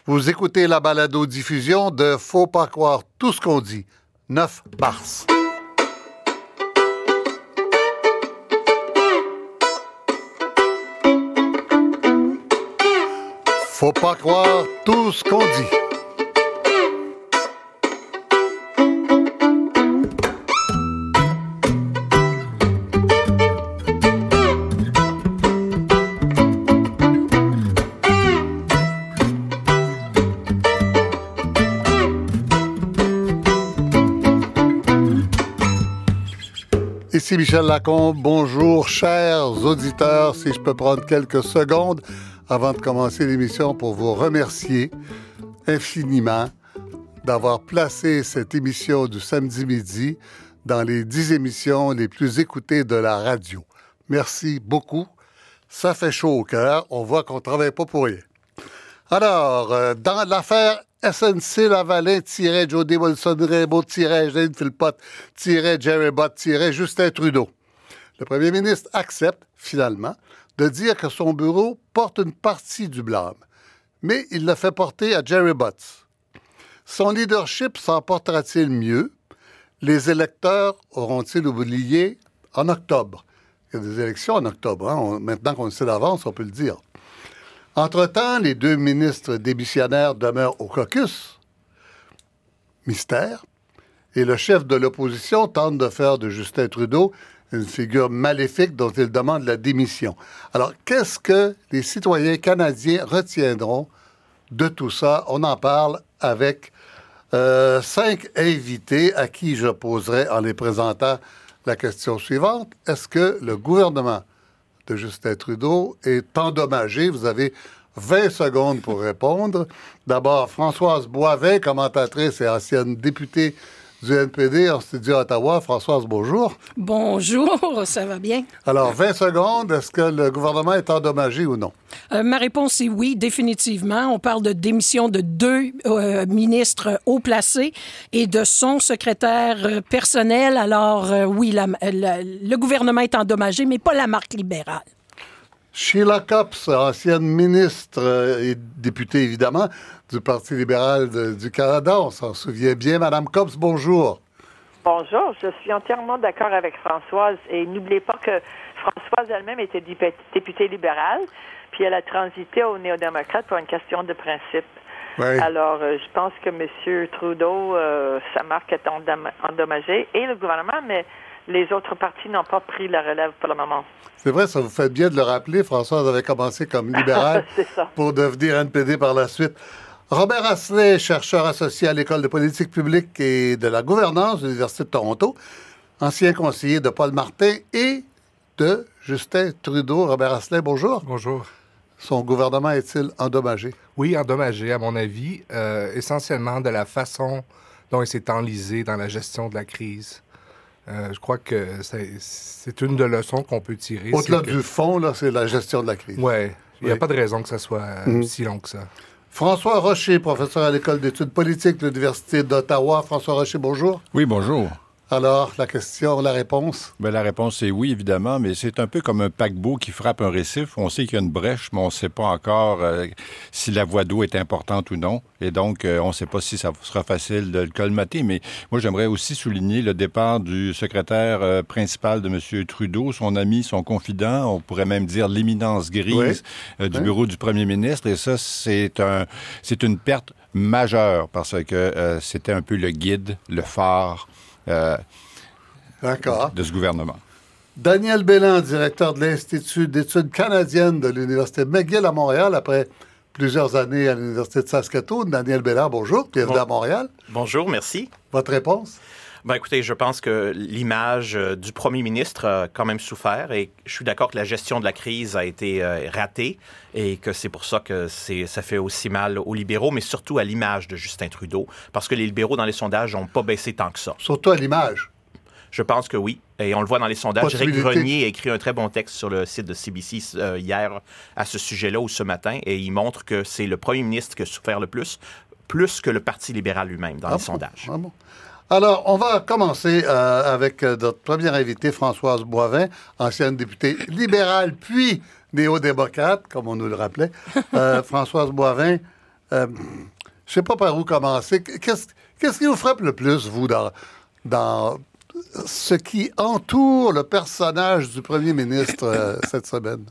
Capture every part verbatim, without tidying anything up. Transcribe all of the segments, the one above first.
Vous écoutez la balado-diffusion de Faut pas croire tout ce qu'on dit, neuf mars. Faut pas croire tout ce qu'on dit. Ici Michel Lacombe. Bonjour, chers auditeurs. Si je peux prendre quelques secondes avant de commencer l'émission pour vous remercier infiniment d'avoir placé cette émission du samedi midi dans les dix émissions les plus écoutées de la radio. Merci beaucoup. Ça fait chaud au cœur. On voit qu'on ne travaille pas pour rien. Alors, euh, dans l'affaire S N C-Lavalin-Jody Wilson-Raymond-Jane Philpott-Jerry Bott-Justin Trudeau. Le premier ministre accepte, finalement, de dire que son bureau porte une partie du blâme, mais il le fait porter à Jerry Bott. Son leadership s'en portera-t-il mieux? Les électeurs auront-ils oublié en octobre? Il y a des élections en octobre. Hein? On, maintenant qu'on le sait d'avance, on peut le dire. Entre-temps, les deux ministres démissionnaires demeurent au caucus. Mystère. Et le chef de l'opposition tente de faire de Justin Trudeau une figure maléfique dont il demande la démission. Alors, qu'est-ce que les citoyens canadiens retiendront de tout ça? On en parle avec euh, cinq invités à qui je poserai en les présentant la question suivante. Est-ce que le gouvernement de Justin Trudeau est endommagé? Vous avez vingt secondes pour répondre. D'abord, Françoise Boivin, commentatrice et ancienne députée du N P D en studio à Ottawa. Françoise, bonjour. Bonjour, ça va bien? Alors, vingt secondes, est-ce que le gouvernement est endommagé ou non? Euh, ma réponse est oui, définitivement. On parle de démission de deux euh, ministres haut placés et de son secrétaire euh, personnel. Alors, euh, oui, la, la, le gouvernement est endommagé, mais pas la marque libérale. Sheila Copps, ancienne ministre euh, et députée, évidemment, du Parti libéral de, du Canada. On s'en souvient bien. Madame Copps, bonjour. Bonjour. Je suis entièrement d'accord avec Françoise. Et n'oubliez pas que Françoise elle-même était députée libérale, puis elle a transité aux néo-démocrates pour une question de principe. Oui. Alors, euh, je pense que M. Trudeau, euh, sa marque est endommagée, et le gouvernement, mais les autres partis n'ont pas pris la relève pour le moment. C'est vrai, ça vous fait bien de le rappeler. Françoise avait commencé comme libérale pour devenir N P D par la suite. Robert Asselet, chercheur associé à l'École de politique publique et de la gouvernance de l'Université de Toronto, ancien conseiller de Paul Martin et de Justin Trudeau. Robert Asselet, bonjour. Bonjour. Son gouvernement est-il endommagé? Oui, endommagé, à mon avis, euh, essentiellement de la façon dont il s'est enlisé dans la gestion de la crise. Euh, je crois que c'est, c'est une des leçons qu'on peut tirer. Au-delà que... du fond, là, c'est la gestion de la crise. Ouais. Il n'y a oui. pas de raison que ça soit mmh. si long que ça. François Rocher, professeur à l'École d'études politiques de l'Université d'Ottawa. François Rocher, bonjour. Oui, bonjour. Alors, la question, la réponse? Bien, la réponse, c'est oui, évidemment, mais c'est un peu comme un paquebot qui frappe un récif. On sait qu'il y a une brèche, mais on ne sait pas encore euh, si la voie d'eau est importante ou non. Et donc, euh, on ne sait pas si ça sera facile de le colmater. Mais moi, j'aimerais aussi souligner le départ du secrétaire euh, principal de M. Trudeau, son ami, son confident, on pourrait même dire l'éminence grise oui. euh, du oui. bureau du premier ministre. Et ça, c'est, un, c'est une perte majeure parce que euh, c'était un peu le guide, le phare, Euh, D'accord. de ce gouvernement. Daniel Bélan, directeur de l'Institut d'études canadiennes de l'Université McGill à Montréal, après plusieurs années à l'Université de Saskatoon. Daniel Bélan, bonjour. Bienvenue bon. à Montréal. Bonjour, merci. Votre réponse? Ben, écoutez, je pense que l'image du premier ministre a quand même souffert et je suis d'accord que la gestion de la crise a été euh, ratée et que c'est pour ça que c'est, ça fait aussi mal aux libéraux, mais surtout à l'image de Justin Trudeau, parce que les libéraux, dans les sondages, n'ont pas baissé tant que ça. Surtout à l'image? Je pense que oui. Et on le voit dans les sondages. Éric Grenier a écrit un très bon texte sur le site de C B C euh, hier à ce sujet-là ou ce matin, et il montre que c'est le premier ministre qui a souffert le plus, plus que le Parti libéral lui-même dans ah les bon? sondages. Ah bon? Alors, on va commencer euh, avec euh, notre première invitée, Françoise Boivin, ancienne députée libérale, puis néo-démocrate, comme on nous le rappelait. Euh, Françoise Boivin, Euh, je ne sais pas par où commencer. Qu'est-ce, qu'est-ce qui vous frappe le plus, vous, dans, dans ce qui entoure le personnage du premier ministre euh, cette semaine?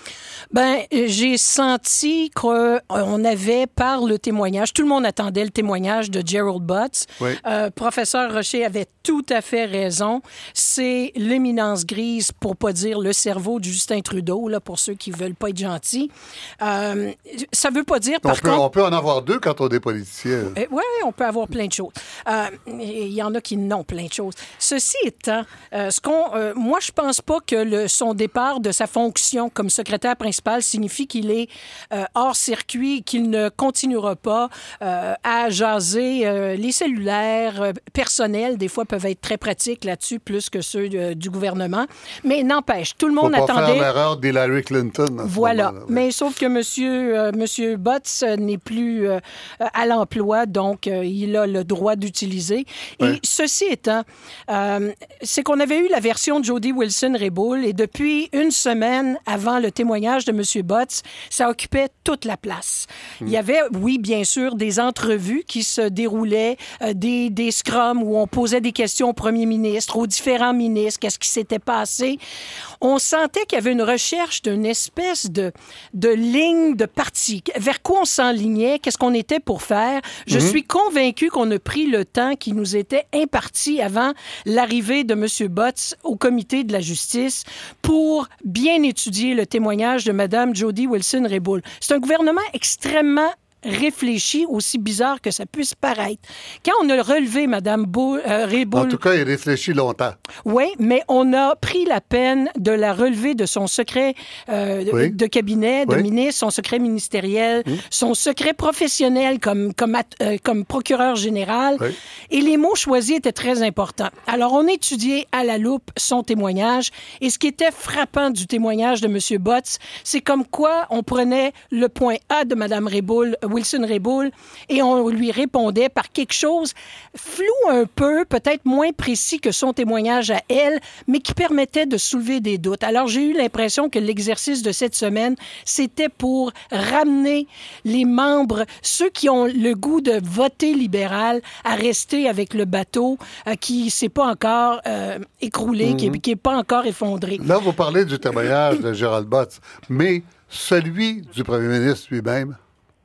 Ben, j'ai senti qu'on avait, par le témoignage, tout le monde attendait le témoignage de Gerald Butts. Oui. Euh, professeur Rocher avait tout à fait raison. C'est l'éminence grise, pour pas dire le cerveau de Justin Trudeau, là, pour ceux qui veulent pas être gentils. Euh, ça veut pas dire, par on peut, contre... On peut en avoir deux quand on est politicien. Euh, oui, on peut avoir plein de choses. Euh, Il y en a qui n'ont plein de choses. Ceci étant, euh, ce qu'on, euh, moi, je pense pas que le, son départ de sa fonction comme secrétaire principal signifie qu'il est euh, hors circuit, qu'il ne continuera pas euh, à jaser. Euh, les cellulaires euh, personnels, des fois, peuvent être très pratiques là-dessus, plus que ceux de, du gouvernement. Mais n'empêche, tout le monde Faut pas attendait... faire l'erreur d'Hillary Clinton. Voilà. Oui. Mais sauf que monsieur, euh, monsieur Butts n'est plus euh, à l'emploi, donc euh, il a le droit d'utiliser. Et oui. Ceci étant, euh, c'est qu'on avait eu la version de Jody Wilson-Raybould et depuis une semaine avant le témoignage de monsieur Butts, ça occupait toute la place. Mmh. Il y avait, oui, bien sûr, des entrevues qui se déroulaient, euh, des, des scrums où on posait des questions au premier ministre, aux différents ministres, qu'est-ce qui s'était passé. On sentait qu'il y avait une recherche d'une espèce de, de ligne de parti. Vers quoi on s'enlignait? Qu'est-ce qu'on était pour faire? Je mm-hmm. suis convaincue qu'on a pris le temps qui nous était imparti avant l'arrivée de M. Butts au comité de la justice pour bien étudier le témoignage de Mme Jody Wilson-Raybould. C'est un gouvernement extrêmement réfléchi, aussi bizarre que ça puisse paraître. Quand on a relevé Mme Bo- euh, Raybould... En tout cas, il réfléchit longtemps. Oui, mais on a pris la peine de la relever de son secret euh, oui. de cabinet, de oui. ministre, son secret ministériel, mmh. son secret professionnel comme, comme, euh, comme procureur général. Oui. Et les mots choisis étaient très importants. Alors, on a étudié à la loupe son témoignage. Et ce qui était frappant du témoignage de M. Butts, c'est comme quoi on prenait le point A de Mme Raybould, Wilson-Raybould, et on lui répondait par quelque chose flou un peu, peut-être moins précis que son témoignage à elle, mais qui permettait de soulever des doutes. Alors, j'ai eu l'impression que l'exercice de cette semaine, c'était pour ramener les membres, ceux qui ont le goût de voter libéral, à rester avec le bateau euh, qui ne s'est pas encore euh, écroulé, mm-hmm. qui n'est pas encore effondré. Là, vous parlez du témoignage de Gerald Butts, mais celui du premier ministre lui-même?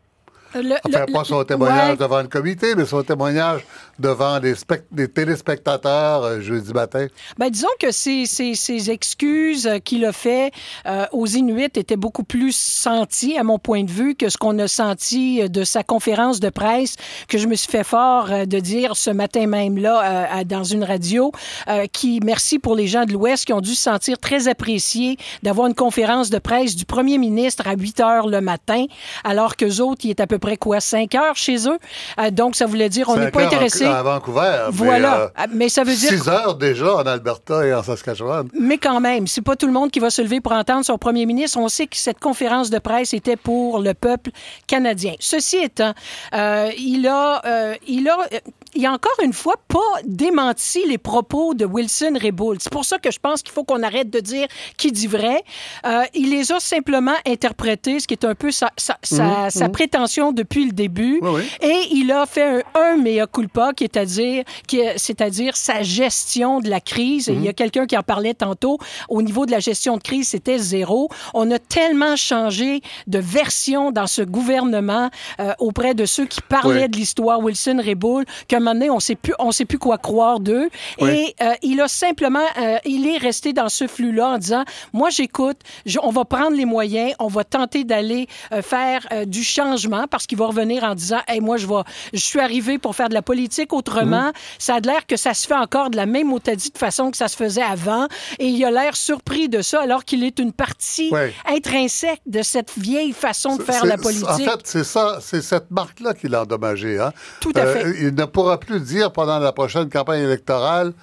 Le, enfin, le, pas son témoignage ouais. devant le comité, mais son témoignage devant les, spect- les téléspectateurs euh, jeudi matin. Ben, disons que ces, ces, ces excuses qu'il a fait euh, aux Inuits étaient beaucoup plus senties, à mon point de vue, que ce qu'on a senti de sa conférence de presse, que je me suis fait fort euh, de dire ce matin même là euh, dans une radio, euh, qui, merci pour les gens de l'Ouest qui ont dû se sentir très appréciés d'avoir une conférence de presse du premier ministre à huit heures le matin, alors qu'eux autres, il est à peu près quoi, cinq heures chez eux. Euh, donc, ça voulait dire on n'est pas intéressé. À Vancouver. Voilà. Mais, euh, mais ça veut dire. six heures déjà en Alberta et en Saskatchewan. Mais quand même, c'est pas tout le monde qui va se lever pour entendre son premier ministre. On sait que cette conférence de presse était pour le peuple canadien. Ceci étant, euh, il a, euh, il a, euh, il a encore une fois pas démenti les propos de Wilson-Raybould. C'est pour ça que je pense qu'il faut qu'on arrête de dire qui dit vrai. Euh, il les a simplement interprétés, ce qui est un peu sa, sa, sa, mmh, sa mmh. prétention depuis le début. Oui, oui. Et il a fait un, un mea culpa, qui est à dire, qui est, c'est-à-dire sa gestion de la crise. Mmh. Il y a quelqu'un qui en parlait tantôt. Au niveau de la gestion de crise, c'était zéro. On a tellement changé de version dans ce gouvernement euh, auprès de ceux qui parlaient oui. de l'histoire Wilson-Raybould qu'à un moment donné, on sait plus, on sait plus quoi croire d'eux. Oui. Et euh, il a simplement, euh, il est resté dans ce flux-là en disant, moi j'écoute, je, on va prendre les moyens, on va tenter d'aller euh, faire euh, du changement parce qu'il va revenir en disant, hey, moi je vais, je suis arrivé pour faire de la politique autrement. Mmh. Ça a l'air que ça se fait encore de la même maudite façon que ça se faisait avant. Et il a l'air surpris de ça alors qu'il est une partie oui. intrinsèque de cette vieille façon de faire c'est, la politique. En fait, c'est ça, c'est cette marque-là qui l'a endommagé. Hein? Tout à fait. Euh, il ne pourra plus dire pendant la prochaine campagne électorale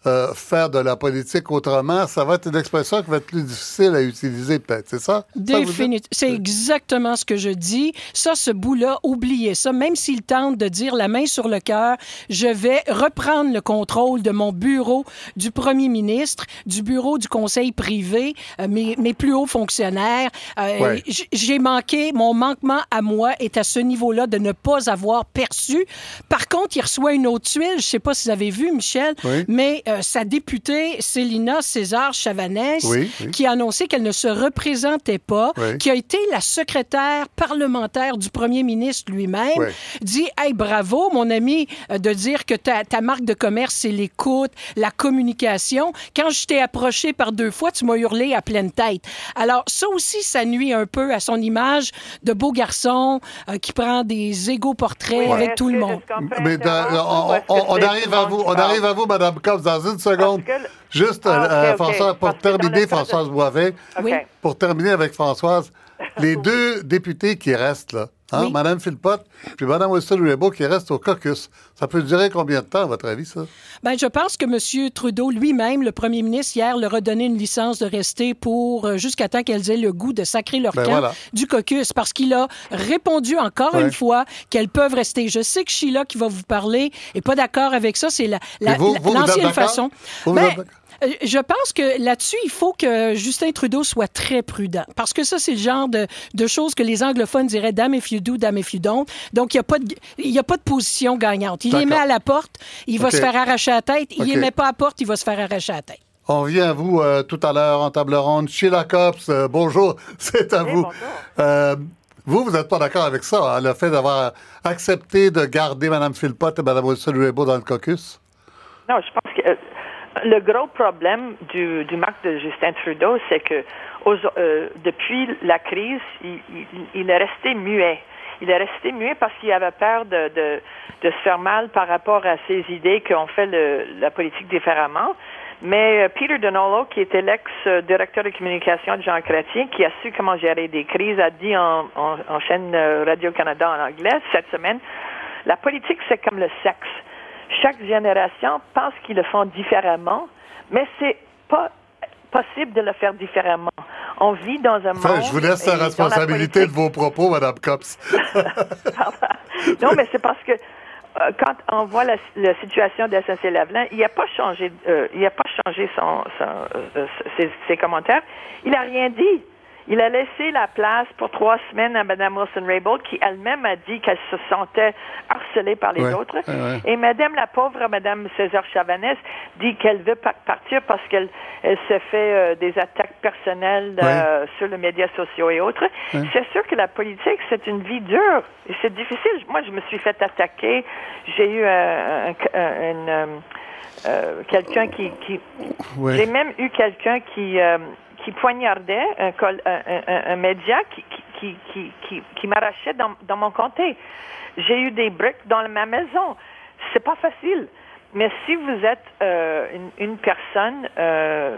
euh, faire de la politique autrement, ça va être une expression qui va être plus difficile à utiliser, peut-être. C'est ça? Définitivement. C'est exactement ce que je dis. Ça, ce bout-là, oubliez ça. Même s'il tente de dire la main sur le cœur, je vais reprendre le contrôle de mon bureau, du premier ministre, du bureau du conseil privé, euh, mes, mes plus hauts fonctionnaires. Euh, ouais. J'ai manqué, mon manquement à moi est à ce niveau-là de ne pas avoir perçu. Par contre, il reçoit une autre tuile. Je ne sais pas si vous avez vu, Michel, oui. mais euh, sa députée Célina César-Chavanès, oui, oui. qui a annoncé qu'elle ne se représentait pas, oui. qui a été la secrétaire parlementaire du premier ministre lui-même, oui. dit « Hey, bravo, mon ami, euh, de dire que ta, ta marque de commerce, c'est l'écoute, la communication. Quand je t'ai approché par deux fois, tu m'as hurlé à pleine tête. » Alors, ça aussi, ça nuit un peu à son image de beau garçon euh, qui prend des égaux portraits oui, avec tout le monde. Mais dans, on, on, on arrive à vous, on arrive à vous, Mme Cobbs, dans une seconde. Que... Juste, ah, okay, euh, François, okay. pour Parce terminer, Françoise de... Boivin, okay. pour terminer avec Françoise, les deux députés qui restent là, hein, oui. Mme Philpott puis Mme Wilson-Raybould qui restent au caucus, ça peut durer combien de temps, à votre avis, ça? Bien, je pense que M. Trudeau lui-même, le premier ministre, hier, leur a donné une licence de rester pour euh, jusqu'à temps qu'elles aient le goût de sacrer leur ben camp voilà. du caucus, parce qu'il a répondu encore ouais. une fois qu'elles peuvent rester. Je sais que Sheila, qui va vous parler, n'est pas d'accord avec ça. C'est la, la, vous, vous, l'ancienne vous façon. Vous ben, je pense que là-dessus, il faut que Justin Trudeau soit très prudent. Parce que ça, c'est le genre de, de choses que les anglophones diraient « damn if you do, damn if you don't ». Donc, il n'y a, a pas de position gagnante. Il D'accord. les met à la porte, il va okay. se faire arracher la tête. Il ne okay. les met pas à la porte, il va se faire arracher la tête. On revient à vous euh, tout à l'heure en table ronde. Sheila Copps, euh, bonjour, c'est à oui, vous. Euh, vous, vous n'êtes pas d'accord avec ça, hein, le fait d'avoir accepté de garder Mme Philpott et Mme Wilson-Raybould dans le caucus? Non, je pense que... Euh... Le gros problème du, du marque de Justin Trudeau, c'est que aux, euh, depuis la crise, il, il, il est resté muet. Il est resté muet parce qu'il avait peur de, de, de se faire mal par rapport à ses idées qu'on fait le, la politique différemment. Mais euh, Peter Donolo, qui était l'ex-directeur de communication de Jean Chrétien, qui a su comment gérer des crises, a dit en, en, en chaîne Radio-Canada en anglais cette semaine, la politique, c'est comme le sexe. Chaque génération pense qu'ils le font différemment, mais c'est pas possible de le faire différemment. On vit dans un enfin, monde... Je vous laisse la responsabilité de vos propos, Mme Copps. Non, mais c'est parce que euh, quand on voit la, la situation de S N C-Lavalin, il n'a pas changé, euh, il a pas changé son, son, euh, ses, ses commentaires. Il n'a rien dit. Il a laissé la place pour trois semaines à Mme Wilson-Raybould, qui elle-même a dit qu'elle se sentait harcelée par les ouais, autres. Ouais, ouais. Et Mme la pauvre, Mme César-Chavanès, dit qu'elle veut partir parce qu'elle elle se fait euh, des attaques personnelles euh, ouais. sur les médias sociaux et autres. Ouais. C'est sûr que la politique, c'est une vie dure. Et c'est difficile. Moi, je me suis fait attaquer. J'ai eu euh, un, un, une, euh, quelqu'un qui... qui ouais. J'ai même eu quelqu'un qui... Euh, qui poignardait un, col, un, un, un média qui, qui, qui, qui, qui m'arrachait dans, dans mon comté. J'ai eu des briques dans ma maison. C'est pas facile. Mais si vous êtes euh, une, une personne, euh,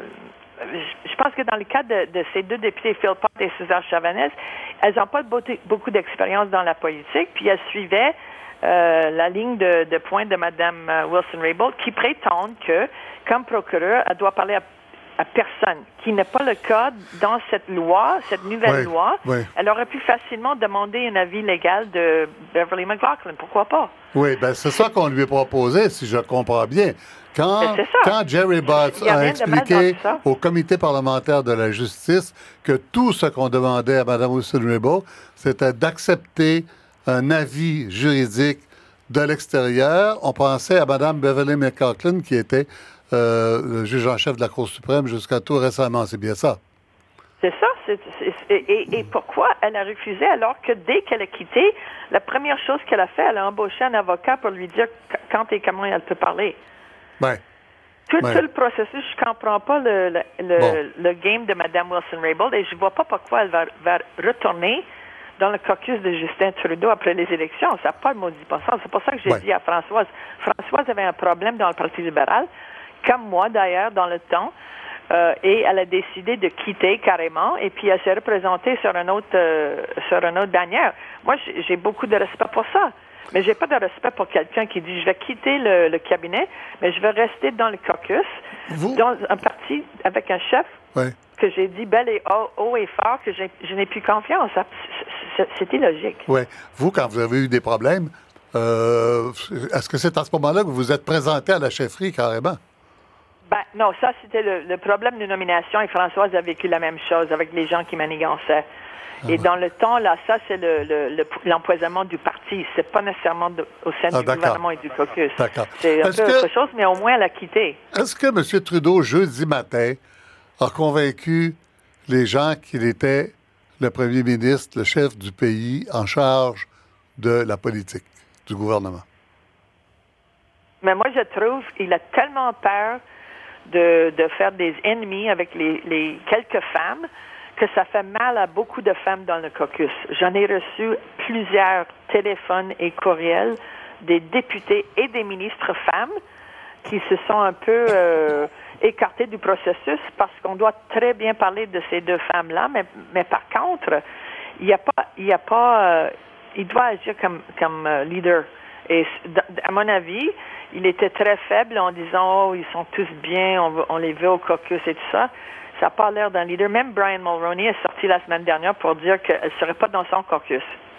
je, je pense que dans le cas de, de ces deux députés, Philpott et César Chavanès, elles n'ont pas beaucoup d'expérience dans la politique, puis elles suivaient euh, la ligne de, de pointe de Mme Wilson-Raybould, qui prétend que, comme procureur, elle doit parler à à personne, qui n'est pas le cas dans cette loi, cette nouvelle oui, loi. Oui. Elle aurait pu facilement demander un avis légal de Beverly McLaughlin. Pourquoi pas? Oui, bien, c'est ça qu'on lui a proposé, si je comprends bien. Quand, quand Jerry Butts a, a expliqué au comité parlementaire de la justice que tout ce qu'on demandait à Mme Wilson-Raybould, c'était d'accepter un avis juridique de l'extérieur, on pensait à Mme Beverly McLaughlin, qui était Euh, le juge en chef de la Cour suprême jusqu'à tout récemment. C'est bien ça? C'est ça. C'est, c'est, et, et pourquoi elle a refusé alors que dès qu'elle a quitté, la première chose qu'elle a fait, elle a embauché un avocat pour lui dire quand et comment elle peut parler. Ben, tout, ben. tout le processus, je ne comprends pas le, le, le, bon. le game de Mme Wilson-Raybould et je ne vois pas pourquoi elle va, va retourner dans le caucus de Justin Trudeau après les élections. Ça n'a pas le maudit bon sens. C'est pour ça que j'ai ben. dit à Françoise. Françoise avait un problème dans le Parti libéral, comme moi d'ailleurs, dans le temps, euh, et elle a décidé de quitter carrément, et puis elle s'est représentée sur un autre, euh, sur une autre bannière. Moi, j'ai beaucoup de respect pour ça. Mais j'ai pas de respect pour quelqu'un qui dit je vais quitter le, le cabinet, mais je vais rester dans le caucus, Vous? dans un parti avec un chef Oui. que j'ai dit bel et haut, haut et fort que j'ai, je n'ai plus confiance. Ça, c'est, c'est illogique. Oui. Vous, quand vous avez eu des problèmes, euh, est-ce que c'est à ce moment-là que vous vous êtes présenté à la chefferie carrément? Ben, non, ça, c'était le, le problème de nomination et Françoise a vécu la même chose avec les gens qui manigançaient. Ah, et ouais. Dans le temps, là, ça, c'est le, le, le, l'empoisonnement du parti. C'est pas nécessairement de, au sein ah, du d'accord. gouvernement et du caucus. D'accord. C'est un est-ce peu que, autre chose, mais au moins, elle a quitté. Est-ce que M. Trudeau, jeudi matin, a convaincu les gens qu'il était le premier ministre, le chef du pays en charge de la politique du gouvernement? Mais moi, je trouve qu'il a tellement peur de, de faire des ennemis avec les, les quelques femmes que ça fait mal à beaucoup de femmes dans le caucus. J'en ai reçu plusieurs téléphones et courriels des députés et des ministres femmes qui se sont un peu euh, écartés du processus parce qu'on doit très bien parler de ces deux femmes-là, mais, mais par contre, il n'y a pas, il y a pas, euh, il doit agir comme, comme euh, leader. Et à mon avis, il était très faible en disant « Oh, ils sont tous bien, on, on les veut au caucus et tout ça ». Ça n'a pas l'air d'un leader. Même Brian Mulroney est sorti la semaine dernière pour dire qu'elle ne serait pas dans son caucus.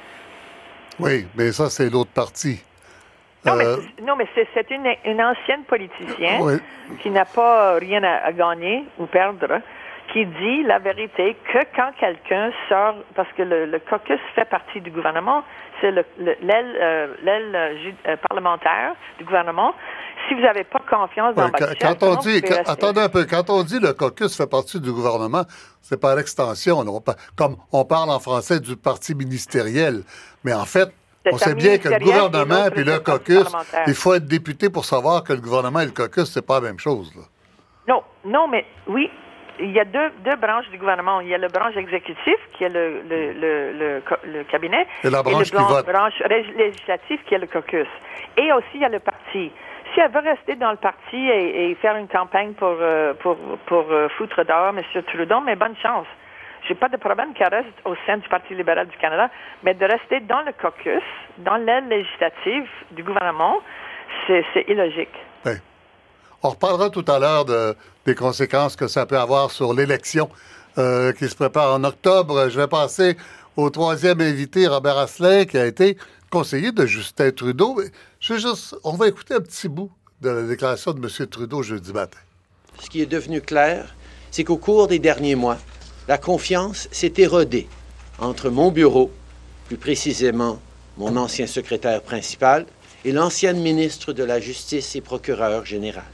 Oui, mais ça, c'est l'autre parti. Non, euh... mais, c'est, non, mais c'est, c'est une, une ancienne politicienne oui. qui n'a pas rien à, à gagner ou perdre, qui dit la vérité que quand quelqu'un sort, parce que le, le caucus fait partie du gouvernement, c'est le, le, l'aile, euh, l'aile euh, parlementaire du gouvernement. Si vous n'avez pas confiance dans oui, votre chef, quand on dit, quand, rester... attendez un peu, quand on dit le caucus fait partie du gouvernement, c'est par extension, on, comme on parle en français du parti ministériel, mais en fait, c'est on sait bien que le gouvernement et le caucus, il faut être député pour savoir que le gouvernement et le caucus, c'est pas la même chose. Là. Non, non, mais oui, il y a deux, deux branches du gouvernement. Il y a la branche exécutive, qui est le, le, le, le, le cabinet, et la branche et la qui vote. branche législative, qui est le caucus. Et aussi, il y a le parti. Si elle veut rester dans le parti et, et faire une campagne pour, euh, pour, pour euh, foutre dehors M. Trudeau, mais bonne chance. J'ai pas de problème qu'elle reste au sein du Parti libéral du Canada, mais de rester dans le caucus, dans l'aile législative du gouvernement, c'est, c'est illogique. Oui. On reparlera tout à l'heure de, des conséquences que ça peut avoir sur l'élection euh, qui se prépare en octobre. Je vais passer au troisième invité, Robert Asselin, qui a été conseiller de Justin Trudeau. Je juste, on va écouter un petit bout de la déclaration de M. Trudeau jeudi matin. Ce qui est devenu clair, c'est qu'au cours des derniers mois, la confiance s'est érodée entre mon bureau, plus précisément mon ancien secrétaire principal, et l'ancienne ministre de la Justice et procureur général.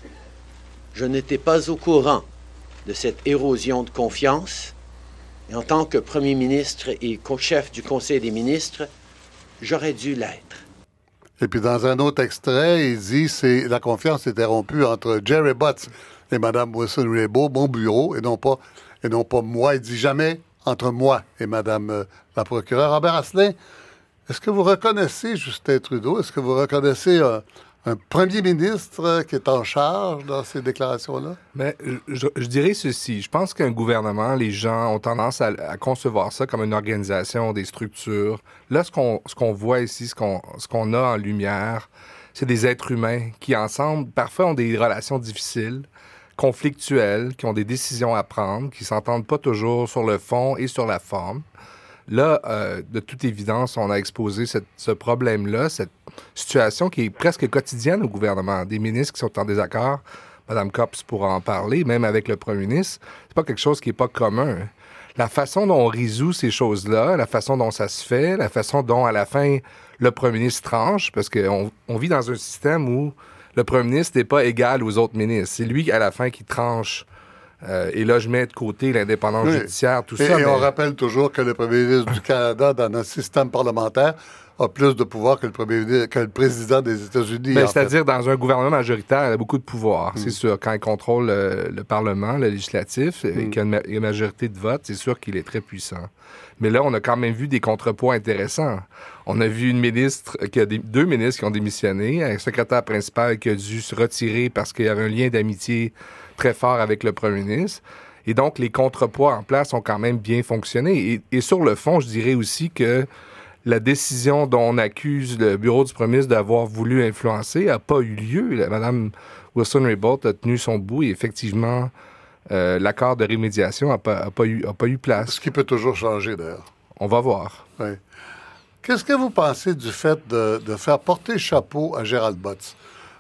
Je n'étais pas au courant de cette érosion de confiance, et en tant que premier ministre et chef du Conseil des ministres, j'aurais dû l'être. Et puis dans un autre extrait, il dit c'est la confiance était rompue entre Jerry Butts et Mme Wilson-Raybould, mon bureau, et non pas et non pas moi. Il dit jamais entre moi et Mme euh, la procureure. Robert Asselin, est-ce que vous reconnaissez Justin Trudeau? Est-ce que vous reconnaissez un, un premier ministre qui est en charge dans ces déclarations-là? Mais je, je dirais ceci. Je pense qu'un gouvernement, les gens ont tendance à, à concevoir ça comme une organisation, des structures. Là, ce qu'on, ce qu'on voit ici, ce qu'on, ce qu'on a en lumière, c'est des êtres humains qui, ensemble, parfois ont des relations difficiles, conflictuelles, qui ont des décisions à prendre, qui s'entendent pas toujours sur le fond et sur la forme. Là, euh, de toute évidence, on a exposé cette, ce problème-là, cette situation qui est presque quotidienne au gouvernement. Des ministres qui sont en désaccord, Mme Copps pourra en parler, même avec le premier ministre, c'est pas quelque chose qui est pas commun. La façon dont on résout ces choses-là, la façon dont ça se fait, la façon dont, à la fin, le premier ministre tranche, parce qu'on on vit dans un système où le premier ministre n'est pas égal aux autres ministres. C'est lui, à la fin, qui tranche. Euh, et là, je mets de côté l'indépendance oui. judiciaire, tout et, ça. Et mais... on rappelle toujours que le premier ministre du Canada, dans notre système parlementaire, a plus de pouvoir que le, premier ministre, que le président des États-Unis. Ben, c'est-à-dire, fait. Dans un gouvernement majoritaire, il a beaucoup de pouvoir. Mm. C'est sûr, quand il contrôle le, le Parlement, le législatif, mm. et qu'il y a une, ma- une majorité de vote, c'est sûr qu'il est très puissant. Mais là, on a quand même vu des contrepoids intéressants. On a vu une ministre, qui a des, deux ministres qui ont démissionné, un secrétaire principal qui a dû se retirer parce qu'il y avait un lien d'amitié très fort avec le premier ministre. Et donc, les contrepoids en place ont quand même bien fonctionné. Et, et sur le fond, je dirais aussi que la décision dont on accuse le bureau du premier ministre d'avoir voulu influencer n'a pas eu lieu. Mme Wilson-Raybould a tenu son bout et effectivement, euh, l'accord de rémédiation n'a pas, a pas, eu, a pas eu place. Ce qui peut toujours changer, d'ailleurs. On va voir. Oui. Qu'est-ce que vous pensez du fait de, de faire porter le chapeau à Gérald Botts?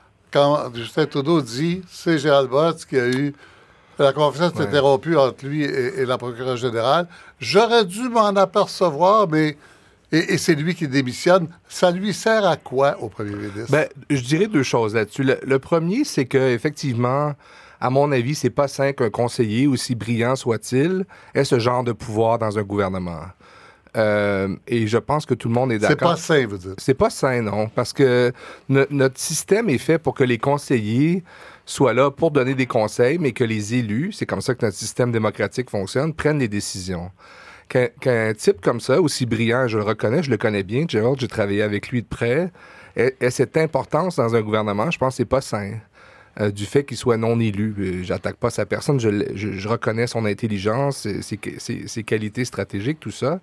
Quand Justin Trudeau dit, c'est Gérald Botts qui a eu... La conversation s'est ouais. interrompue entre lui et, et la procureure générale. J'aurais dû m'en apercevoir, mais... Et, et c'est lui qui démissionne. Ça lui sert à quoi au premier ministre? Ben, je dirais deux choses là-dessus. Le, le premier, c'est que effectivement, à mon avis, c'est pas sain qu'un conseiller, aussi brillant soit-il, ait ce genre de pouvoir dans un gouvernement. Euh, et je pense que tout le monde est d'accord. C'est pas sain, vous dites? C'est pas sain, non. Parce que no- notre système est fait pour que les conseillers soient là pour donner des conseils, mais que les élus, c'est comme ça que notre système démocratique fonctionne, prennent les décisions. Qu'un, qu'un type comme ça, aussi brillant, je le reconnais, je le connais bien, Gerald, j'ai travaillé avec lui de près, ait, ait cette importance dans un gouvernement, je pense que c'est pas sain. Euh, du fait qu'il soit non élu. Euh, j'attaque pas sa personne, je, je, je reconnais son intelligence, ses, ses, ses qualités stratégiques, tout ça.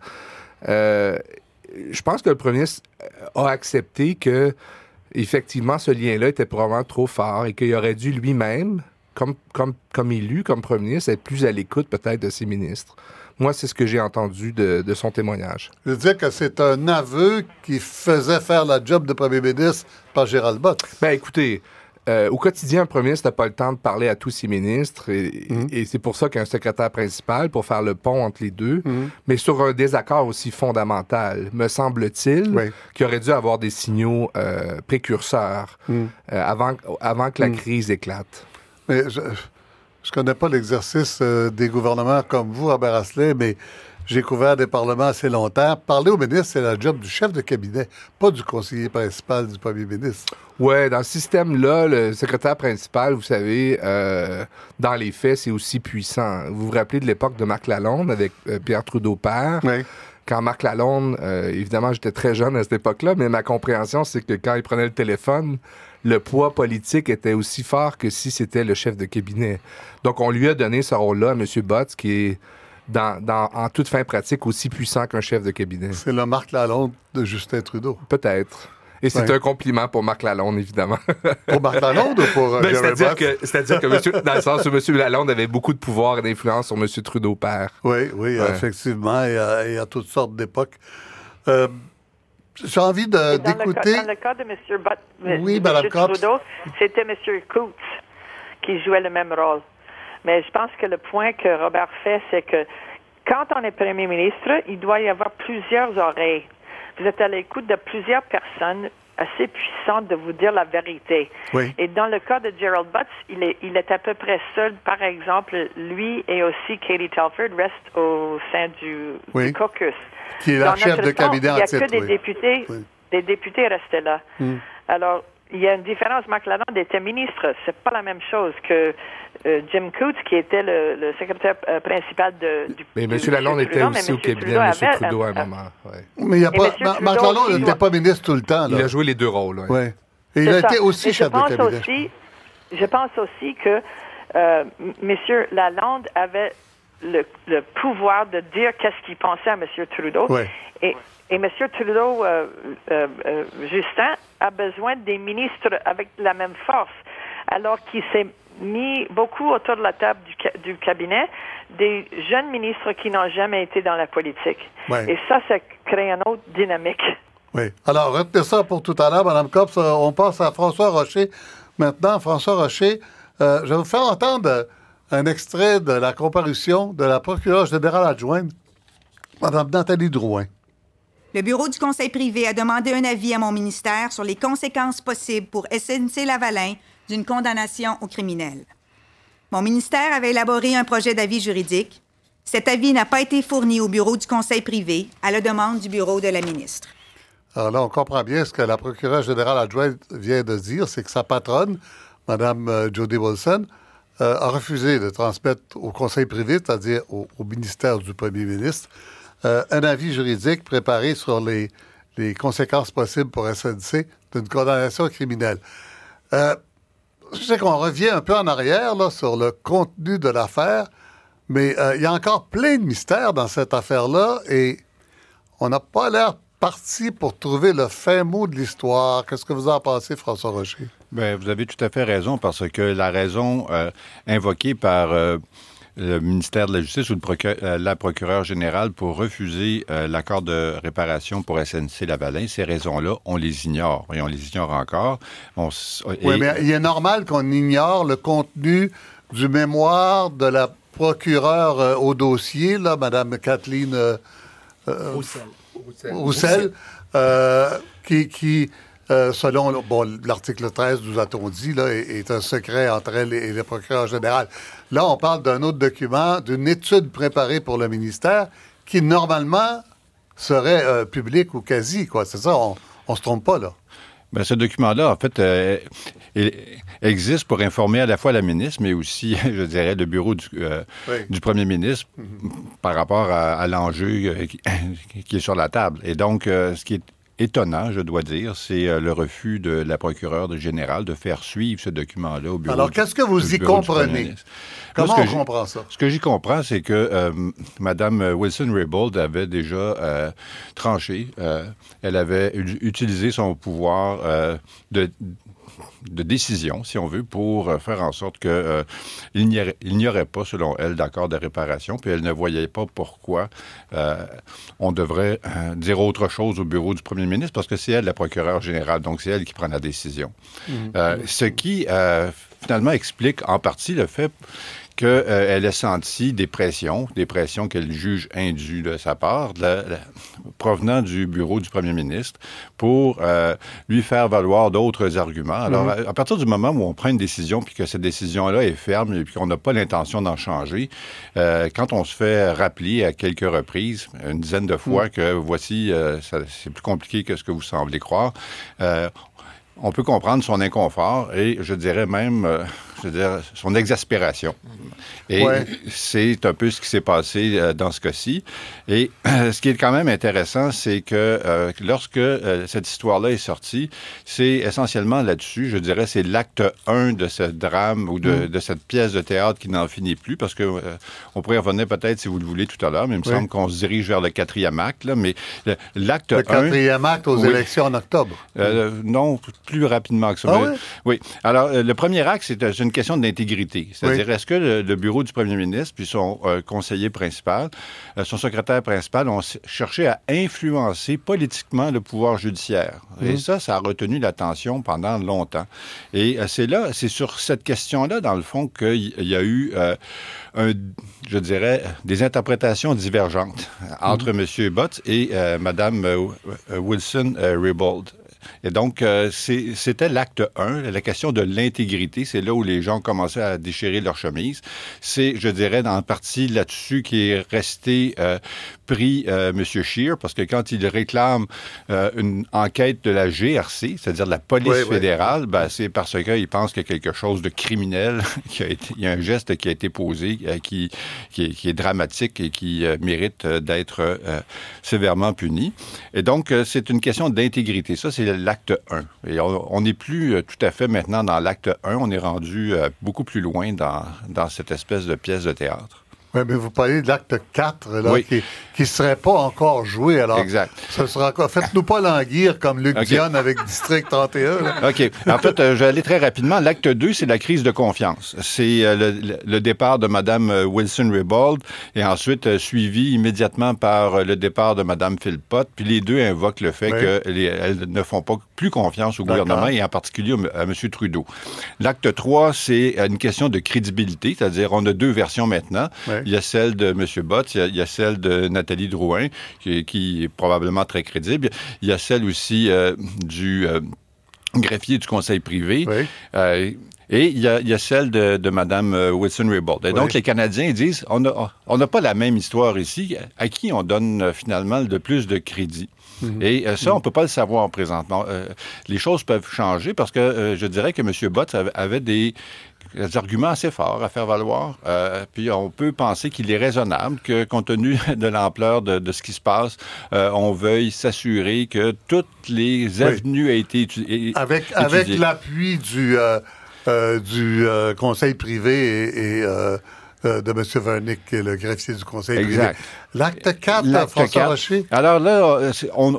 Euh, je pense que le premier ministre a accepté que, effectivement, ce lien-là était probablement trop fort et qu'il aurait dû lui-même, comme, comme, comme élu, comme premier ministre, être plus à l'écoute peut-être de ses ministres. Moi, c'est ce que j'ai entendu de, de son témoignage. Je veux dire que c'est un aveu qui faisait faire la job de premier ministre par Gérald Botts. Ben, écoutez, euh, au quotidien, un premier ministre n'a pas le temps de parler à tous ses ministres et, mmh. et c'est pour ça qu'il y a un secrétaire principal pour faire le pont entre les deux. Mmh. Mais sur un désaccord aussi fondamental, me semble-t-il, oui. qu'il aurait dû avoir des signaux euh, précurseurs mmh. euh, avant, avant que la mmh. crise éclate. Mais je... Je connais pas l'exercice euh, des gouvernements comme vous, Robert Asselin, mais j'ai couvert des parlements assez longtemps. Parler au ministre, c'est la job du chef de cabinet, pas du conseiller principal du premier ministre. Oui, dans ce système-là, le secrétaire principal, vous savez, euh, dans les faits, c'est aussi puissant. Vous vous rappelez de l'époque de Marc Lalonde avec euh, Pierre Trudeau père? Oui. Quand Marc Lalonde, euh, évidemment, j'étais très jeune à cette époque-là, mais ma compréhension, c'est que quand il prenait le téléphone, le poids politique était aussi fort que si c'était le chef de cabinet. Donc, on lui a donné ce rôle-là à M. Botts, qui est, dans, dans, en toute fin pratique, aussi puissant qu'un chef de cabinet. C'est le Marc Lalonde de Justin Trudeau. Peut-être. Et c'est ouais. un compliment pour Marc Lalonde, évidemment. Pour Marc Lalonde ou pour euh, ben, Jerry c'est-à-dire Botts? que, c'est-à-dire que monsieur, dans le sens où M. Lalonde avait beaucoup de pouvoir et d'influence sur M. Trudeau père. Oui, oui, ouais. effectivement, et à, et à toutes sortes d'époques. Euh, J'ai envie de, dans d'écouter... Le, dans le cas de M. Bott, oui, de M. Trudeau, c'était M. Coutts qui jouait le même rôle. Mais je pense que le point que Robert fait, c'est que quand on est premier ministre, il doit y avoir plusieurs oreilles. Vous êtes à l'écoute de plusieurs personnes assez puissantes de vous dire la vérité. Oui. Et dans le cas de Gerald Butts, il est, il est à peu près seul. Par exemple, lui et aussi Katie Telford restent au sein du, oui. du caucus. Qui est la chef de cabinet en titre. Il n'y a que des oui. députés, oui. des députés restés là. Mm. Alors, il y a une différence. Marc Lalonde était ministre. C'est pas la même chose que euh, Jim Coutts, qui était le, le secrétaire euh, principal de, du Mais M. Lalonde était Trudeau, aussi au cabinet de M. Trudeau à un moment. Ouais. Mais il y a pas, Ma, Marc Lalonde n'était doit... pas ministre tout le temps. Là. Il a joué les deux rôles. Oui. Ouais. Et il a ça. été aussi Mais chef de cabinet. Aussi, je pense aussi que euh, M. Lalonde avait le, le pouvoir de dire qu'est-ce qu'il pensait à M. Trudeau. Ouais. Et, et M. Trudeau, euh, euh, euh, Justin, a besoin des ministres avec la même force, alors qu'il s'est mis beaucoup autour de la table du, du cabinet des jeunes ministres qui n'ont jamais été dans la politique. Ouais. Et ça, ça crée une autre dynamique. Oui. Alors, retenez ça pour tout à l'heure, Mme Copps. On passe à François Rocher. Maintenant, François Rocher, euh, je vais vous faire entendre un extrait de la comparution de la procureure générale adjointe, Mme Nathalie Drouin. Le bureau du conseil privé a demandé un avis à mon ministère sur les conséquences possibles pour S N C-Lavalin d'une condamnation au criminel. Mon ministère avait élaboré un projet d'avis juridique. Cet avis n'a pas été fourni au bureau du conseil privé à la demande du bureau de la ministre. Alors là, on comprend bien ce que la procureure générale adjointe vient de dire, c'est que sa patronne, Mme Jody Wilson, euh, a refusé de transmettre au conseil privé, c'est-à-dire au, au ministère du premier ministre, Euh, un avis juridique préparé sur les, les conséquences possibles pour S N C d'une condamnation criminelle. Euh, je sais qu'on revient un peu en arrière là, sur le contenu de l'affaire, mais euh, il y a encore plein de mystères dans cette affaire-là et on n'a pas l'air parti pour trouver le fin mot de l'histoire. Qu'est-ce que vous en pensez, François Rocher? Bien, vous avez tout à fait raison, parce que la raison euh, invoquée par euh, le ministère de la Justice ou le procure, euh, la procureure générale pour refuser euh, l'accord de réparation pour S N C-Lavalin, ces raisons-là, on les ignore, et on les ignore encore. On, et... Oui, mais il est normal qu'on ignore le contenu du mémoire de la procureure euh, au dossier, là, Mme Kathleen euh, euh, Roussel. Roussel. Roussel, euh, qui, qui euh, selon bon, l'article treize, nous a-t-on dit, là, est, est un secret entre elle et le procureur général. Là, on parle d'un autre document, d'une étude préparée pour le ministère qui, normalement, serait euh, publique ou quasi, quoi. C'est ça, on ne se trompe pas, là. Bien, ce document-là, en fait, euh, il existe pour informer à la fois la ministre, mais aussi, je dirais, le bureau du, euh, oui. du premier ministre mm-hmm. par rapport à, à l'enjeu euh, qui, qui est sur la table. Et donc, euh, ce qui est étonnant, je dois dire, c'est euh, le refus de la procureure générale de faire suivre ce document-là au bureau. Alors, qu'est-ce que vous y comprenez? Comment Moi, on comprend ça? Ce que j'y comprends, c'est que euh, Mme Wilson-Raybould avait déjà euh, tranché. Euh, elle avait u- utilisé son pouvoir euh, de... de décision, si on veut, pour euh, faire en sorte qu'il euh, n'y aurait, il n'y aurait pas, selon elle, d'accord de réparation, puis elle ne voyait pas pourquoi euh, on devrait euh, dire autre chose au bureau du premier ministre, parce que c'est elle la procureure générale, donc c'est elle qui prend la décision. Mmh. Euh, ce qui, euh, finalement, explique en partie le fait qu'elle euh, a senti des pressions, des pressions qu'elle juge indues de sa part, de la, la, provenant du bureau du premier ministre, pour euh, lui faire valoir d'autres arguments. Alors, mm-hmm. à, à partir du moment où on prend une décision, puis que cette décision-là est ferme, et puis qu'on n'a pas l'intention d'en changer, euh, quand on se fait rappeler à quelques reprises, une dizaine de fois, mm-hmm. que voici, euh, ça, c'est plus compliqué que ce que vous semblez croire, euh, on peut comprendre son inconfort et, je dirais même, euh, je veux dire, son exaspération. Et ouais. c'est un peu ce qui s'est passé euh, dans ce cas-ci. Et euh, ce qui est quand même intéressant, c'est que euh, lorsque euh, cette histoire-là est sortie, c'est essentiellement là-dessus, je dirais, c'est l'acte un de ce drame ou de, mm. de cette pièce de théâtre qui n'en finit plus, parce que euh, on pourrait revenir peut-être, si vous le voulez, tout à l'heure, mais il me oui. semble qu'on se dirige vers le quatrième acte, là, mais le, l'acte un... Le quatrième acte aux oui. élections en octobre. Euh, non, plus rapidement que ça. Ah mais, oui? oui. Alors, euh, le premier acte, c'est, c'est une question d'intégrité. C'est-à-dire, oui. est-ce que le, le bureau du premier ministre puis son euh, conseiller principal, euh, son secrétaire principal ont cherché à influencer politiquement le pouvoir judiciaire. Mmh. Et ça, ça a retenu l'attention pendant longtemps. Et euh, c'est là, c'est sur cette question-là, dans le fond, qu'il y a eu, euh, un, je dirais, des interprétations divergentes entre mmh. M. Botts et euh, Mme euh, Wilson-Raybould. Et donc, euh, c'est, c'était l'acte un, la question de l'intégrité. C'est là où les gens commençaient à déchirer leur chemise. C'est, je dirais, en partie là-dessus qui est resté euh, pris euh, M. Scheer, parce que quand il réclame euh, une enquête de la G R C, c'est-à-dire de la police oui, fédérale, oui. Ben, c'est parce qu'il pense qu'il y a quelque chose de criminel, qu'il y a, été, il y a un geste qui a été posé, euh, qui, qui, est, qui est dramatique et qui euh, mérite euh, d'être euh, sévèrement puni. Et donc, euh, c'est une question d'intégrité. Ça, c'est l'acte un. Et on n'est plus euh, tout à fait maintenant dans l'acte un. On est rendu euh, beaucoup plus loin dans, dans cette espèce de pièce de théâtre. Oui, mais vous parlez de l'acte quatre, là, oui. qui ne serait pas encore joué. Alors, exact. Ce sera quoi? Faites-nous pas languir comme Luc okay. Dionne avec District trente et un. Là. OK. En fait, euh, je vais aller très rapidement. L'acte deux, c'est la crise de confiance. C'est euh, le, le départ de Mme Wilson-Raybould et ensuite euh, suivi immédiatement par euh, le départ de Mme Philpott. Puis les deux invoquent le fait oui. qu'elles ne font pas plus confiance au D'accord. gouvernement et en particulier à M. Trudeau. L'acte trois, c'est une question de crédibilité, c'est-à-dire on a deux versions maintenant. Oui. Il y a celle de M. Botts, il y a, il y a celle de Nathalie Drouin, qui, qui est probablement très crédible. Il y a celle aussi euh, du euh, greffier du conseil privé. Oui. Euh, Et il y, a, il y a celle de, de Mme Wilson-Raybould. Et oui. donc, les Canadiens disent, on n'a on a pas la même histoire ici. À qui on donne finalement le plus de crédit? Mm-hmm. Et euh, ça, on ne peut pas le savoir présentement. Euh, les choses peuvent changer parce que euh, je dirais que M. Botts avait, avait des... des arguments assez forts à faire valoir. Euh, puis on peut penser qu'il est raisonnable que, compte tenu de l'ampleur de, de ce qui se passe, euh, on veuille s'assurer que toutes les avenues oui. aient été étudiées. Avec, avec l'appui du, euh, euh, du euh, conseil privé et... et euh... Euh, de M. Vernick, qui est le greffier du conseil exact. privé. L'acte quatre, L'acte François quatre. Rocher? Alors là, on,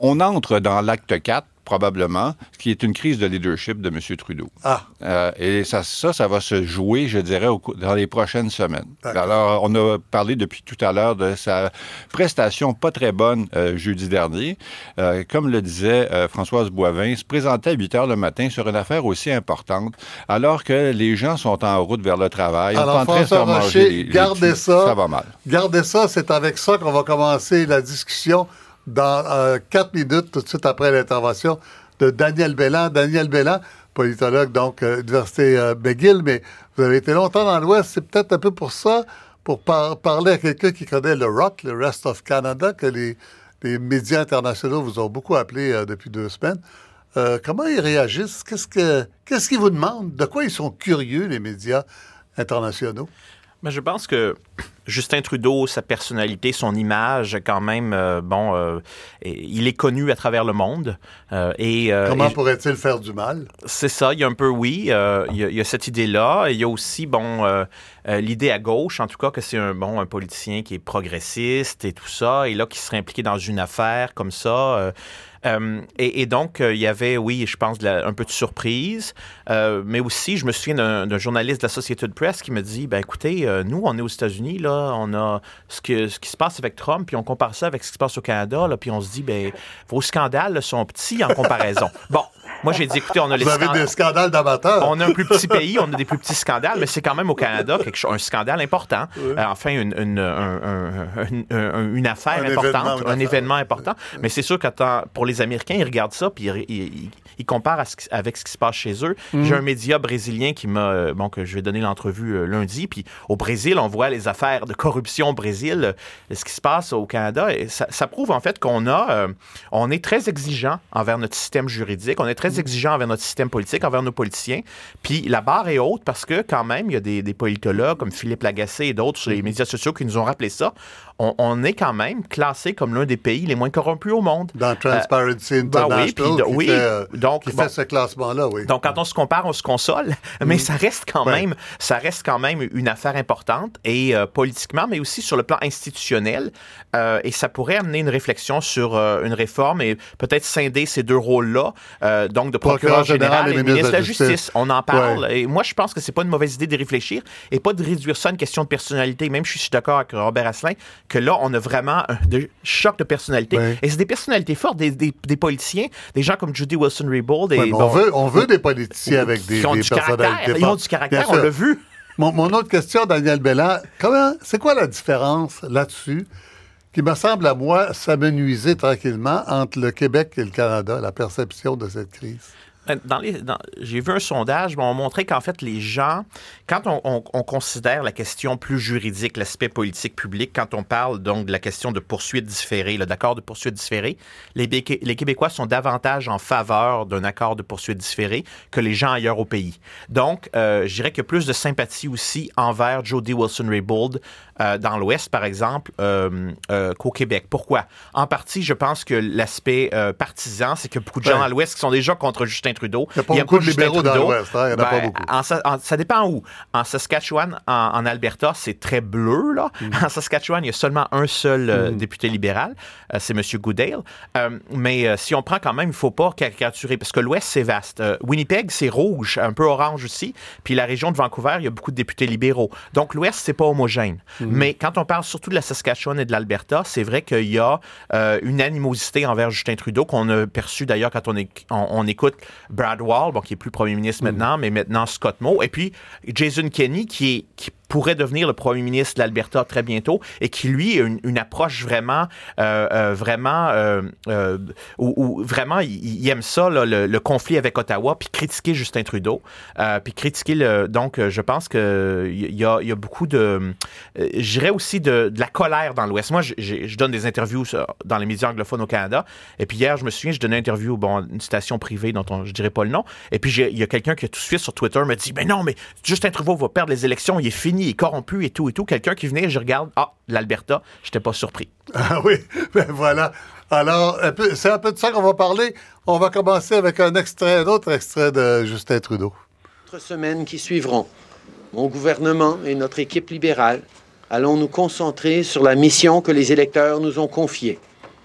On entre dans l'acte quatre, probablement, ce qui est une crise de leadership de M. Trudeau. Ah. Euh, et ça, ça, ça va se jouer, je dirais, au, dans les prochaines semaines. D'accord. Alors, on a parlé depuis tout à l'heure de sa prestation pas très bonne euh, jeudi dernier. Euh, comme le disait euh, Françoise Boivin, se présentait à huit heures le matin sur une affaire aussi importante, alors que les gens sont en route vers le travail. Alors, on est en train de se François manger Rocher, les, les gardez tuyaux. ça. Ça va mal. Gardez ça, c'est avec ça qu'on va commencer la discussion dans euh, quatre minutes, tout de suite après l'intervention de Daniel Béland. Daniel Béland, politologue, donc, euh, Université euh, McGill, mais vous avez été longtemps dans l'Ouest, c'est peut-être un peu pour ça, pour par- parler à quelqu'un qui connaît le R O C, le Rest of Canada, que les, les médias internationaux vous ont beaucoup appelé euh, depuis deux semaines. Euh, comment ils réagissent? Qu'est-ce que, qu'est-ce qu'ils vous demandent? De quoi ils sont curieux, les médias internationaux? Mais je pense que Justin Trudeau, sa personnalité, son image, quand même, euh, bon, euh, il est connu à travers le monde. Euh, et, euh, Comment et, pourrait-il faire du mal? C'est ça, il y a un peu, oui, euh, il, y a, il y a cette idée-là. Il y a aussi, bon, euh, euh, l'idée à gauche, en tout cas, que c'est un, bon, un politicien qui est progressiste et tout ça, et là, qui serait impliqué dans une affaire comme ça. Euh, Euh, et, et donc, il euh, y avait, oui, je pense, de la, un peu de surprise, euh, mais aussi, je me souviens d'un, d'un journaliste de la Associated Press qui me dit, ben écoutez, euh, nous, on est aux États-Unis, là, on a ce, que, ce qui se passe avec Trump, puis on compare ça avec ce qui se passe au Canada, là, puis on se dit, ben vos scandales là, sont petits en comparaison. Bon, moi, j'ai dit, écoutez, on a les Vous avez scandales. des scandales d'amateurs. On a un plus petit pays, on a des plus petits scandales, mais c'est quand même au Canada quelque chose, un scandale important. Oui. Euh, enfin, une, une, un, un, une, un, une affaire un importante, événement, un affaire. événement important. Oui. Mais c'est sûr que pour les Américains, ils regardent ça puis ils, ils, ils comparent à ce, avec ce qui se passe chez eux. Mm. J'ai un média brésilien qui m'a, bon, que je vais donner l'entrevue euh, lundi. Puis au Brésil, on voit les affaires de corruption au Brésil, euh, ce qui se passe au Canada. Et ça, ça prouve en fait qu'on a, euh, on est très exigeant envers notre système juridique, on est très exigeant envers notre système politique, envers nos politiciens. Puis la barre est haute parce que quand même, il y a des, des politologues comme Philippe Lagacé et d'autres sur les médias sociaux qui nous ont rappelé ça. On, on est quand même classé comme l'un des pays les moins corrompus au monde. Dans Transparency euh, International, ben oui, puis, qui, oui, fait, euh, donc, qui bon, fait ce classement-là, oui. Donc, quand on se compare, on se console, mais mmh. ça reste quand ouais. même, ça reste quand même une affaire importante et euh, politiquement, mais aussi sur le plan institutionnel. Euh, et ça pourrait amener une réflexion sur euh, une réforme et peut-être scinder ces deux rôles-là, euh, donc de procureur, procureur général, général et, et ministre de la Justice. justice. On en parle ouais. et moi, je pense que c'est pas une mauvaise idée d'y réfléchir et pas de réduire ça à une question de personnalité. Même je suis d'accord avec Robert Asselin que là, on a vraiment un de choc de personnalité. Ouais. Et c'est des personnalités fortes, des, des, des politiciens, des gens comme Judy Wilson-Raybould. Et, ouais, bon, on, veut, on veut des politiciens avec des, qui ont des du personnalités caractère. Ils ont du caractère, on l'a vu. Mon, mon autre question, Daniel Béland, comment, c'est quoi la différence là-dessus qui me semble à moi s'amenuiser tranquillement entre le Québec et le Canada, la perception de cette crise? Dans les, dans, j'ai vu un sondage, bon, on montrait qu'en fait, les gens, quand on, on, on considère la question plus juridique, l'aspect politique public, quand on parle donc de la question de poursuite différée, là, d'accord de poursuite différée, les, les Québécois sont davantage en faveur d'un accord de poursuite différée que les gens ailleurs au pays. Donc, euh, je dirais qu'il y a plus de sympathie aussi envers Jody Wilson-Raybould euh, dans l'Ouest, par exemple, euh, euh, qu'au Québec. Pourquoi? En partie, je pense que l'aspect euh, partisan, c'est qu'il y a beaucoup de gens ouais. à l'Ouest qui sont déjà contre Justin Trudeau. Il n'y a pas il y a beaucoup de libéraux Trudeau. Dans l'Ouest, hein? Il n'y en a ben, pas beaucoup. En, en, ça dépend où. En Saskatchewan, en, en Alberta, c'est très bleu, là. Mm-hmm. En Saskatchewan, il y a seulement un seul euh, mm-hmm. député libéral, euh, c'est M. Goodale. Euh, mais euh, si on prend quand même, il ne faut pas caricaturer, parce que l'Ouest, c'est vaste. Euh, Winnipeg, c'est rouge, un peu orange aussi. Puis la région de Vancouver, il y a beaucoup de députés libéraux. Donc l'Ouest, c'est pas homogène. Mm-hmm. Mais quand on parle surtout de la Saskatchewan et de l'Alberta, c'est vrai qu'il y a euh, une animosité envers Justin Trudeau qu'on a perçue d'ailleurs quand on, est, on, on écoute Brad Wall, bon, qui est plus premier ministre mmh. maintenant, mais maintenant Scott Moe. Et puis Jason Kenney, qui, est, qui pourrait devenir le premier ministre de l'Alberta très bientôt et qui, lui, a une, une approche vraiment, euh, euh, vraiment, euh, euh, où, où vraiment, il, il aime ça, là, le, le conflit avec Ottawa, puis critiquer Justin Trudeau, euh, puis critiquer le... Donc, je pense qu'il y a, il y a beaucoup de... Euh, je dirais aussi de, de la colère dans l'Ouest. Moi, je, je donne des interviews dans les médias anglophones au Canada, et puis hier, je me souviens, je donnais une interview, bon, une station privée dont on, je dirais pas le nom, et puis il y a quelqu'un qui a tout de suite sur Twitter me dit, ben non, mais Justin Trudeau va perdre les élections, il est fini, il est corrompu et tout et tout. Quelqu'un qui venait, je regarde, ah, l'Alberta, j'étais pas surpris. Ah oui, ben voilà. Alors, c'est un peu de ça qu'on va parler. On va commencer avec un extrait, un autre extrait de Justin Trudeau. Les semaines qui suivront, mon gouvernement et notre équipe libérale allons nous concentrer sur la mission que les électeurs nous ont confiée.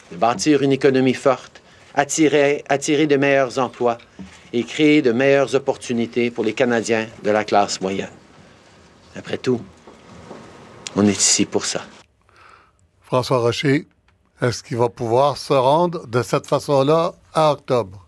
de bâtir une économie forte, attirer, attirer de meilleurs emplois et créer de meilleures opportunités pour les Canadiens de la classe moyenne. Après tout, on est ici pour ça. François Rocher, est-ce qu'il va pouvoir se rendre de cette façon-là à octobre?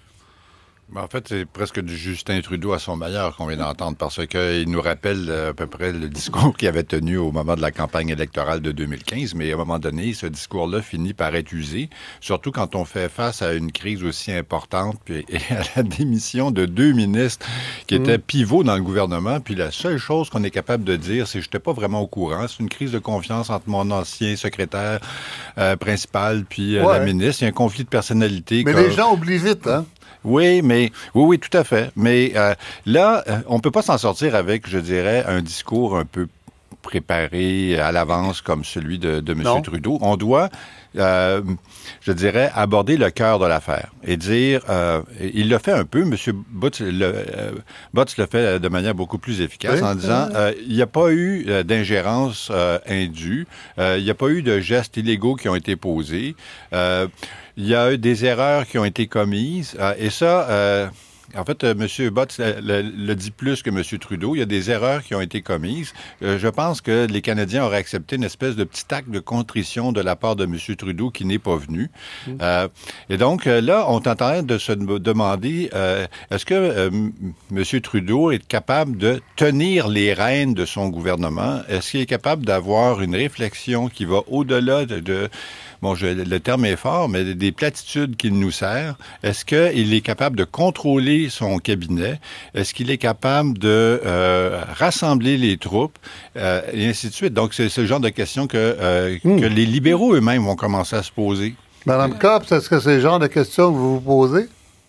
En fait, c'est presque du Justin Trudeau à son meilleur qu'on vient d'entendre parce qu'il nous rappelle à peu près le discours qu'il avait tenu au moment de la campagne électorale de deux mille quinze. Mais à un moment donné, ce discours-là finit par être usé, surtout quand on fait face à une crise aussi importante puis, et à la démission de deux ministres qui étaient mmh. pivots dans le gouvernement. Puis la seule chose qu'on est capable de dire, c'est que je n'étais pas vraiment au courant. C'est une crise de confiance entre mon ancien secrétaire euh, principal puis euh, ouais. la ministre. Il y a un conflit de personnalité. Mais comme... les gens oublient vite, hein? Oui, mais oui, oui, tout à fait. Mais euh, là, on peut pas s'en sortir avec, je dirais, un discours un peu préparé à l'avance comme celui de, de M. Trudeau. On doit, euh, je dirais, aborder le cœur de l'affaire et dire, euh, il le fait un peu, M. Butts le, euh, Butts le fait de manière beaucoup plus efficace oui. en disant, euh, il n'y a pas eu euh, d'ingérence euh, indue, euh, il n'y a pas eu de gestes illégaux qui ont été posés. Euh, Il y a eu des erreurs qui ont été commises. Euh, et ça, euh, en fait, euh, M. Butts le, le, le dit plus que M. Trudeau. Il y a des erreurs qui ont été commises. Euh, je pense que les Canadiens auraient accepté une espèce de petit acte de contrition de la part de M. Trudeau qui n'est pas venu. Mmh. Euh, et donc, euh, là, on est en train de se demander, euh, est-ce que euh, M. Trudeau est capable de tenir les rênes de son gouvernement? Est-ce qu'il est capable d'avoir une réflexion qui va au-delà de... de Bon, je, le terme est fort, mais des platitudes qu'il nous sert. Est-ce qu'il est capable de contrôler son cabinet? Est-ce qu'il est capable de euh, rassembler les troupes? Euh, et ainsi de suite. Donc, c'est ce genre de questions que, euh, mmh. que les libéraux eux-mêmes vont commencer à se poser. Madame Copps, est-ce que c'est le genre de questions que vous vous posez?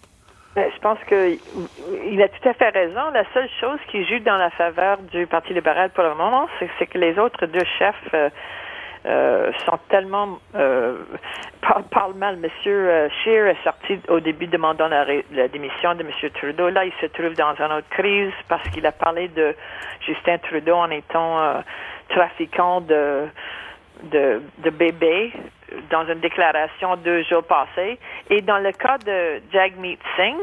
Je pense qu'il a tout à fait raison. La seule chose qui joue dans la faveur du Parti libéral pour le moment, c'est, c'est que les autres deux chefs... Euh, Euh, sont tellement euh, parle, parle mal. Monsieur euh, Scheer est sorti au début demandant la, ré, la démission de Monsieur Trudeau. Là, il se trouve dans une autre crise parce qu'il a parlé de Justin Trudeau en étant euh, trafiquant de, de de bébés dans une déclaration deux jours passés. Et dans le cas de Jagmeet Singh,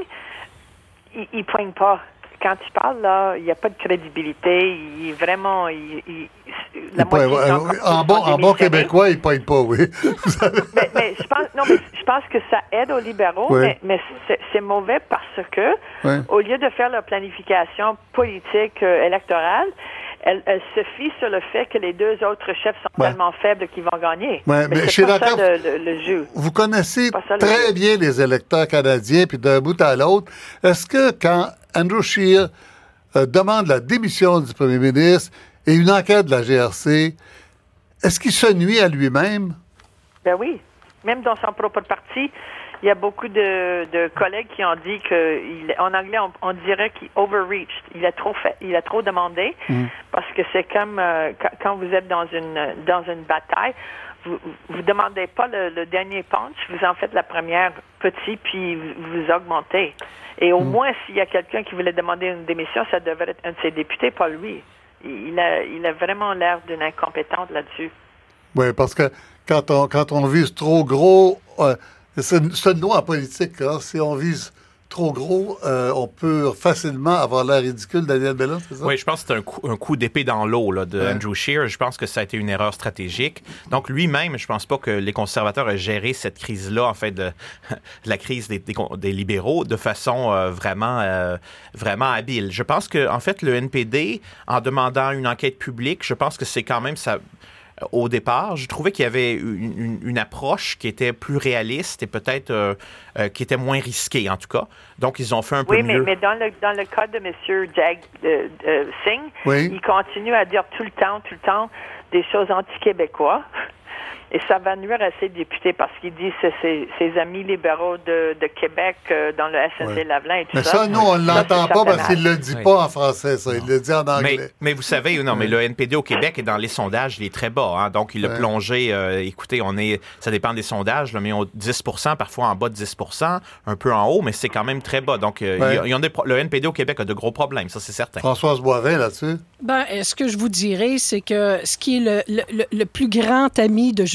il, il poigne pas. Quand il parle, là, il n'y a pas de crédibilité. Il vraiment... Il, il, la il pointe, euh, en bon, en bon québécois, il ne pointe pas, oui. mais, mais, je pense, non, mais je pense que ça aide aux libéraux, oui. mais, mais c'est, c'est mauvais parce que, oui. au lieu de faire leur planification politique euh, électorale, Elle, elle se fie sur le fait que les deux autres chefs sont ouais. tellement faibles qu'ils vont gagner. Ouais, mais, mais c'est pas ça le, le, le jeu. Vous connaissez très le bien les électeurs canadiens, puis d'un bout à l'autre. Est-ce que quand Andrew Scheer euh, demande la démission du premier ministre et une enquête de la G R C, est-ce qu'il se nuit à lui-même? Ben oui. Même dans son propre parti, il y a beaucoup de, de collègues qui ont dit que, il, en anglais, on, on dirait qu'il overreached. Il a trop fait, il a trop demandé, mmh. parce que c'est comme euh, quand vous êtes dans une dans une bataille, vous vous demandez pas le, le dernier punch, vous en faites la première petit, puis vous, vous augmentez. Et au mmh. moins, s'il y a quelqu'un qui voulait demander une démission, ça devrait être un de ses députés, pas lui. Il a il a vraiment l'air d'une incompétente là-dessus. Oui, parce que quand on quand on vise trop gros. Euh, C'est une, c'est une loi en politique. Hein? Si on vise trop gros, euh, on peut facilement avoir l'air ridicule. Daniel Bellin, c'est ça? Oui, je pense que c'est un coup, un coup d'épée dans l'eau là, de ouais. Andrew Scheer. Je pense que ça a été une erreur stratégique. Donc, lui-même, je pense pas que les conservateurs aient géré cette crise-là, en fait, de, de la crise des, des, des libéraux, de façon euh, vraiment, euh, vraiment habile. Je pense que, en fait, le N P D, en demandant une enquête publique, je pense que c'est quand même ça. Au départ, je trouvais qu'il y avait une, une, une approche qui était plus réaliste et peut-être euh, euh, qui était moins risquée, en tout cas. Donc, ils ont fait un peu oui, mieux. Oui, mais, mais dans, le, dans le cas de M. Jag euh, euh, Singh, oui. il continue à dire tout le temps, tout le temps, des choses anti-québécois. Et ça va nuire à ses députés parce qu'il dit que c'est ses amis libéraux de, de Québec euh, dans le S N C Lavalin et tout mais ça. Mais ça, nous, on ne l'entend pas parce qu'il ne le dit oui. pas en français, ça. Il le dit en anglais. Mais, mais vous savez, non, mais le N P D au Québec est dans les sondages, il est très bas. Hein, donc, il a ouais. plongé, euh, écoutez, on est, ça dépend des sondages, là, mais on, dix pour cent, parfois en bas de dix pour cent, un peu en haut, mais c'est quand même très bas. Donc, euh, ouais. il y a, il y a des, le N P D au Québec a de gros problèmes, ça, c'est certain. Françoise Boivin, là-dessus? Ben, ce que je vous dirais, c'est que ce qui est le, le, le plus grand ami de Justin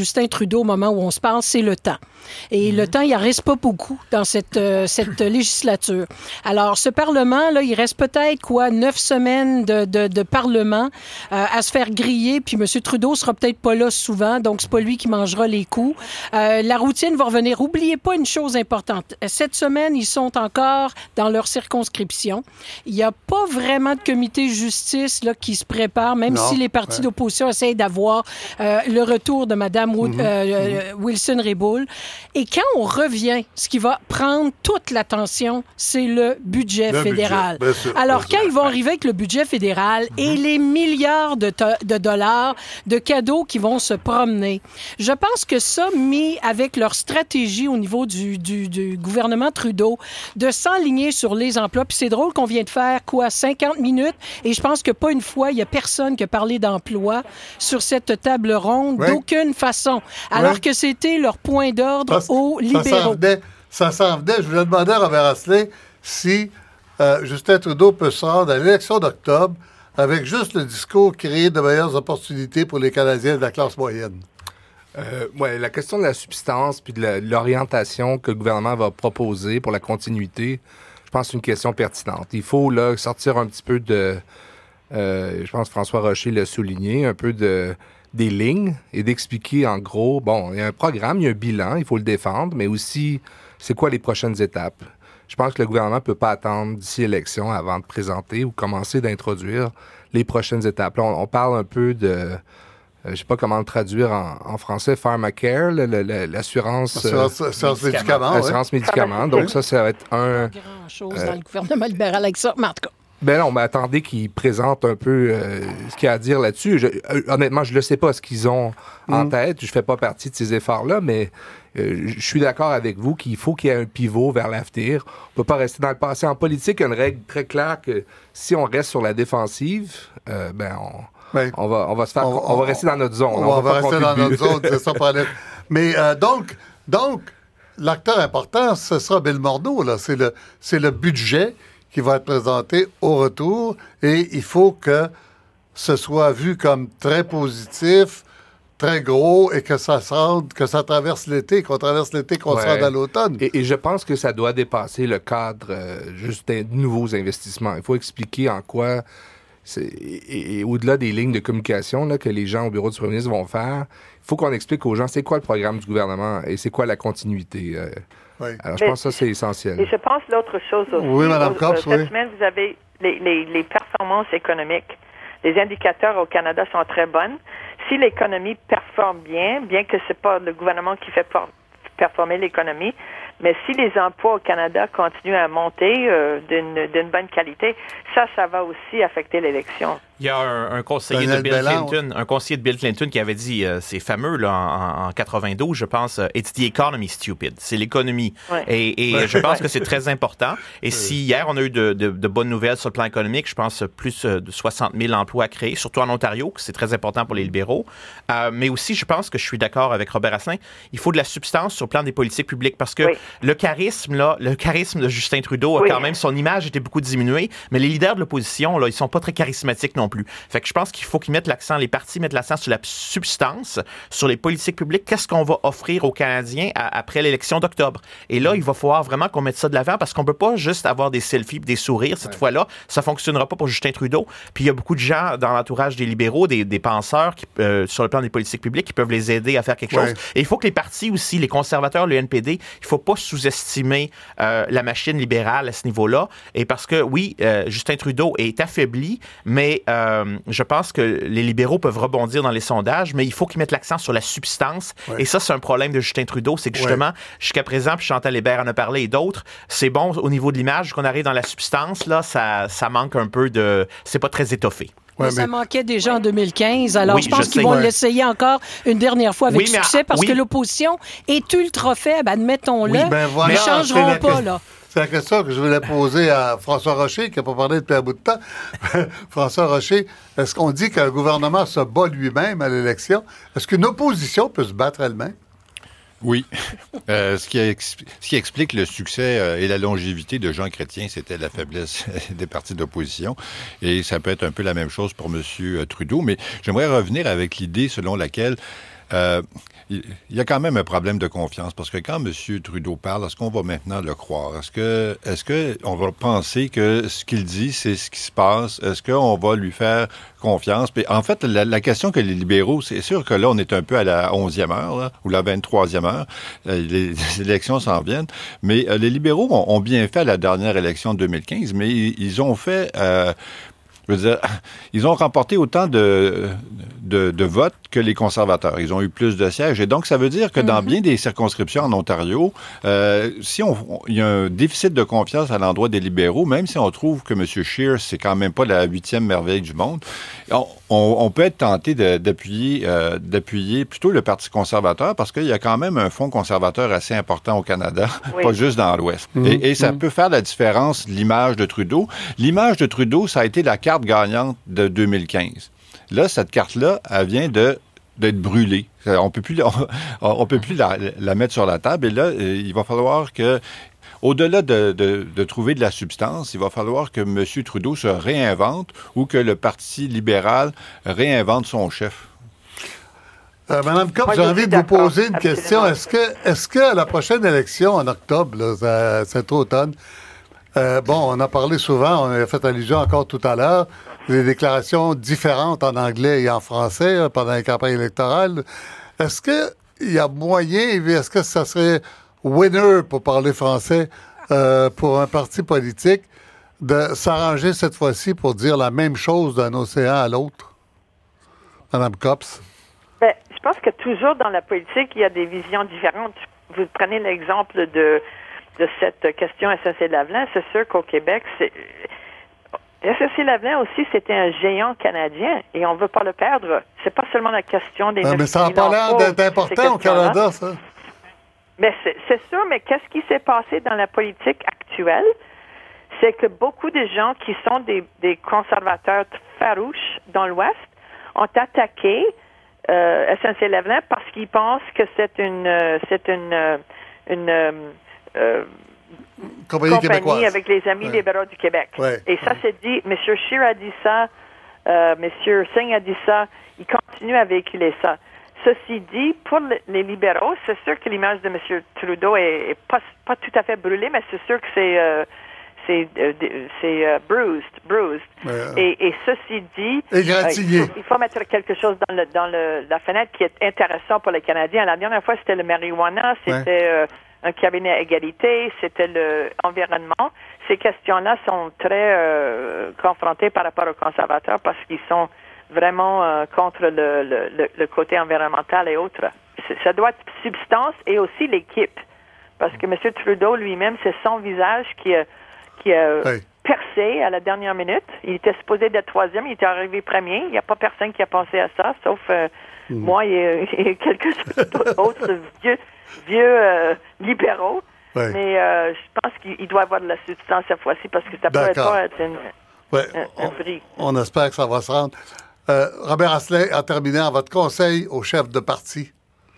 Justin Trudeau au moment où on se parle, c'est le temps. Et mmh. le temps, il en reste pas beaucoup dans cette, euh, cette législature. Alors, ce Parlement, là, il reste peut-être, quoi, neuf semaines de, de, de Parlement euh, à se faire griller, puis M. Trudeau sera peut-être pas là souvent, donc c'est pas lui qui mangera les coups. Euh, la routine va revenir. Oubliez pas une chose importante. Cette semaine, ils sont encore dans leur circonscription. Il n'y a pas vraiment de comité de justice là, qui se prépare, même non, si les partis ouais. d'opposition essayent d'avoir euh, le retour de Mme mm-hmm. euh, mm-hmm. Wilson-Raybould. Et quand on revient, ce qui va prendre toute l'attention, c'est le budget le fédéral. Budget. Sûr, Alors, quand sûr. ils vont arriver avec le budget fédéral mm-hmm. et les milliards de, to- de dollars de cadeaux qui vont se promener, je pense que ça, mis avec leur stratégie au niveau du, du, du gouvernement Trudeau, de s'enligner sur les emplois, puis c'est drôle qu'on vient de faire, quoi, cinquante minutes, et je pense que pas une fois, il y a personne qui a parlé d'emploi sur cette table ronde, oui. d'aucune façon, alors oui. que c'était leur point d'ordre ça, aux libéraux. Ça s'en venait, ça s'en venait. Je voulais demander à Robert Asselin si euh, Justin Trudeau peut se rendre à l'élection d'octobre avec juste le discours créer de meilleures opportunités pour les Canadiens de la classe moyenne. Euh, ouais, la question de la substance puis de, la, de l'orientation que le gouvernement va proposer pour la continuité, je pense que c'est une question pertinente. Il faut là sortir un petit peu de, euh, je pense que François Rocher l'a souligné, un peu de des lignes et d'expliquer en gros, bon, il y a un programme, il y a un bilan, il faut le défendre, mais aussi c'est quoi les prochaines étapes. Je pense que le gouvernement ne peut pas attendre d'ici l'élection avant de présenter ou commencer d'introduire les prochaines étapes. Là, on, on parle un peu de je ne sais pas comment le traduire en, en français, Pharmacare, le, le, le, l'assurance... Assurance, euh, assurance médicaments. Assurance oui. médicaments. Donc ça, ça va être un... Pas grand-chose euh, dans le gouvernement libéral avec ça, mais en tout cas. Ben non, mais attendez qu'il présente un peu euh, ce qu'il y a à dire là-dessus. Je, euh, honnêtement, je ne sais pas ce qu'ils ont mm. en tête. Je ne fais pas partie de ces efforts-là, mais euh, je suis d'accord avec vous qu'il faut qu'il y ait un pivot vers l'avenir. On ne peut pas rester dans le passé. En politique, il y a une règle très claire que si on reste sur la défensive, euh, ben on... Oui. On va, on va se faire, on, on va rester dans notre zone. On, on va, va rester dans notre zone, c'est ça pour aller. Mais euh, donc, donc, l'acteur important, ce sera Bill Morneau, là. C'est le, c'est le budget qui va être présenté au retour et il faut que ce soit vu comme très positif, très gros et que ça se rende, que ça traverse l'été, qu'on traverse l'été, qu'on ouais. se rende à l'automne. Et, et je pense que ça doit dépasser le cadre euh, juste de nouveaux investissements. Il faut expliquer en quoi... C'est, et, et au-delà des lignes de communication là, que les gens au bureau du premier ministre vont faire, il faut qu'on explique aux gens c'est quoi le programme du gouvernement et c'est quoi la continuité. Euh, oui. Alors, je pense que ça, c'est essentiel. Et je pense l'autre chose aussi. Oui, Mme Copps, Cette oui. semaine, vous avez les, les, les performances économiques. Les indicateurs au Canada sont très bonnes. Si l'économie performe bien, bien que ce n'est pas le gouvernement qui fait performer l'économie, mais si les emplois au Canada continuent à monter euh, d'une, d'une bonne qualité, ça, ça va aussi affecter l'élection. Il y a un, un conseiller de Bill Belland, Clinton, ouais. un conseiller de Bill Clinton qui avait dit, euh, c'est fameux là en, en quatre-vingt-douze, je pense, uh, it's the economy stupid, c'est l'économie. Ouais. Et, et ouais. je pense que c'est très important. Et si hier on a eu de, de, de bonnes nouvelles sur le plan économique, je pense plus de soixante mille emplois créés, surtout en Ontario, que c'est très important pour les libéraux. Euh, mais aussi, je pense que je suis d'accord avec Robert Asselin, il faut de la substance sur le plan des politiques publiques parce que oui. le charisme là, le charisme de Justin Trudeau a oui. quand même son image était beaucoup diminuée, mais les leaders de l'opposition là, ils sont pas très charismatiques non plus. Fait que je pense qu'il faut qu'ils mettent l'accent, les partis mettent l'accent sur la substance, sur les politiques publiques. Qu'est-ce qu'on va offrir aux Canadiens à, après l'élection d'octobre? Et là, il va falloir vraiment qu'on mette ça de l'avant parce qu'on peut pas juste avoir des selfies et des sourires cette ouais. fois-là. Ça fonctionnera pas pour Justin Trudeau. Puis il y a beaucoup de gens dans l'entourage des libéraux, des, des penseurs qui, euh, sur le plan des politiques publiques qui peuvent les aider à faire quelque ouais. chose. Et il faut que les partis aussi, les conservateurs, le N P D, il faut pas sous-estimer euh, la machine libérale à ce niveau-là. Et parce que, oui, euh, Justin Trudeau est affaibli, mais euh, je pense que les libéraux peuvent rebondir dans les sondages, mais il faut qu'ils mettent l'accent sur la substance. Ouais. Et ça, c'est un problème de Justin Trudeau. C'est que justement, ouais. jusqu'à présent, puis Chantal Hébert en a parlé et d'autres, c'est bon au niveau de l'image. Qu'on arrive dans la substance, là, ça, ça manque un peu de... C'est pas très étoffé. Ouais, mais ça manquait déjà ouais. en deux mille quinze. Alors, oui, je pense je qu'ils vont ouais. l'essayer encore une dernière fois avec oui, succès parce oui. que l'opposition est ultra faible, admettons-le. Oui, ben voilà, ils ne changeront pas, là. C'est la question que je voulais poser à François Rocher, qui n'a pas parlé depuis un bout de temps. François Rocher, est-ce qu'on dit qu'un gouvernement se bat lui-même à l'élection? Est-ce qu'une opposition peut se battre elle-même? Oui. Euh, ce, qui ex- ce qui explique le succès euh, et la longévité de Jean Chrétien, c'était la faiblesse des partis d'opposition. Et ça peut être un peu la même chose pour M. Trudeau. Mais j'aimerais revenir avec l'idée selon laquelle Euh, il y a quand même un problème de confiance parce que quand M. Trudeau parle, est-ce qu'on va maintenant le croire? Est-ce que, est-ce que on va penser que ce qu'il dit, c'est ce qui se passe? Est-ce qu'on va lui faire confiance? Puis, en fait, la, la question que les libéraux, c'est sûr que là, on est un peu à la onzième heure, là, ou la vingt-troisième heure. Euh, les, les élections s'en viennent. Mais euh, les libéraux ont, ont bien fait à la dernière élection de deux mille quinze, mais ils, ils ont fait... Euh, Je veux dire, ils ont remporté autant de, de, de votes que les conservateurs. Ils ont eu plus de sièges. Et donc, ça veut dire que dans mm-hmm. bien des circonscriptions en Ontario, euh, si on, il y a un déficit de confiance à l'endroit des libéraux, même si on trouve que M. Scheer, c'est quand même pas la huitième merveille du monde, on, on, on peut être tenté de, d'appuyer, euh, d'appuyer plutôt le Parti conservateur parce qu'il y a quand même un fonds conservateur assez important au Canada, oui. pas juste dans l'Ouest. Mm-hmm. Et, et ça mm-hmm. peut faire la différence, l'image de Trudeau. L'image de Trudeau, ça a été la carte gagnante de deux mille quinze. Là, cette carte-là, elle vient de d'être brûlée. On peut plus, on, on peut plus la, la mettre sur la table. Et là, il va falloir que, au-delà de, de, de trouver de la substance, il va falloir que M. Trudeau se réinvente ou que le Parti libéral réinvente son chef. Euh, Madame Copp, j'ai envie de vous poser une Absolument. question. Est-ce que, est-ce que à la prochaine élection en octobre, là, cet automne, Euh, bon, on a parlé souvent, on a fait allusion encore tout à l'heure, des déclarations différentes en anglais et en français hein, pendant les campagnes électorales. Est-ce qu'il y a moyen, est-ce que ça serait winner, pour parler français, euh, pour un parti politique, de s'arranger cette fois-ci pour dire la même chose d'un océan à l'autre? Madame Copps? Bien, je pense que toujours dans la politique, il y a des visions différentes. Vous prenez l'exemple de... de cette question S N C-Lavalin, c'est sûr qu'au Québec, c'est... S N C-Lavalin aussi, c'était un géant canadien et on ne veut pas le perdre. C'est pas seulement la question des... Ah, mais ça n'a pas l'air d'être important au Canada, ça. Mais c'est, c'est sûr, mais qu'est-ce qui s'est passé dans la politique actuelle? C'est que beaucoup de gens qui sont des, des conservateurs farouches dans l'Ouest ont attaqué euh, S N C-Lavalin parce qu'ils pensent que c'est une... Euh, c'est une... Euh, une euh, Euh, compagnie, compagnie avec les Amis ouais. libéraux du Québec. Ouais. Et ça, ouais. c'est dit, M. Scheer a dit ça, euh, M. Singh a dit ça, il continue à véhiculer ça. Ceci dit, pour les libéraux, c'est sûr que l'image de M. Trudeau est, est pas, pas tout à fait brûlée, mais c'est sûr que c'est, euh, c'est, euh, c'est euh, bruised. bruised. Ouais. Et, et ceci dit, euh, il, faut, il faut mettre quelque chose dans, le, dans le, la fenêtre qui est intéressant pour les Canadiens. La dernière fois, c'était le marijuana, c'était... Ouais. Euh, un cabinet à égalité, c'était l'environnement. Ces questions-là sont très euh, confrontées par rapport aux conservateurs parce qu'ils sont vraiment euh, contre le, le, le côté environnemental et autres. C'est, ça doit être substance et aussi l'équipe. Parce que M. Trudeau lui-même, c'est son visage qui a, qui a oui. percé à la dernière minute. Il était supposé d'être troisième, il était arrivé premier. Il n'y a pas personne qui a pensé à ça, sauf euh, mmh. moi et, et quelques autres vieux... vieux euh, libéraux, oui. mais euh, je pense qu'il doit avoir de la substance cette fois-ci parce que ça ne pourrait pas être une, oui. un, un prix. On, on espère que ça va se rendre. Euh, Robert Asselin, en terminant, votre conseil au chef de parti?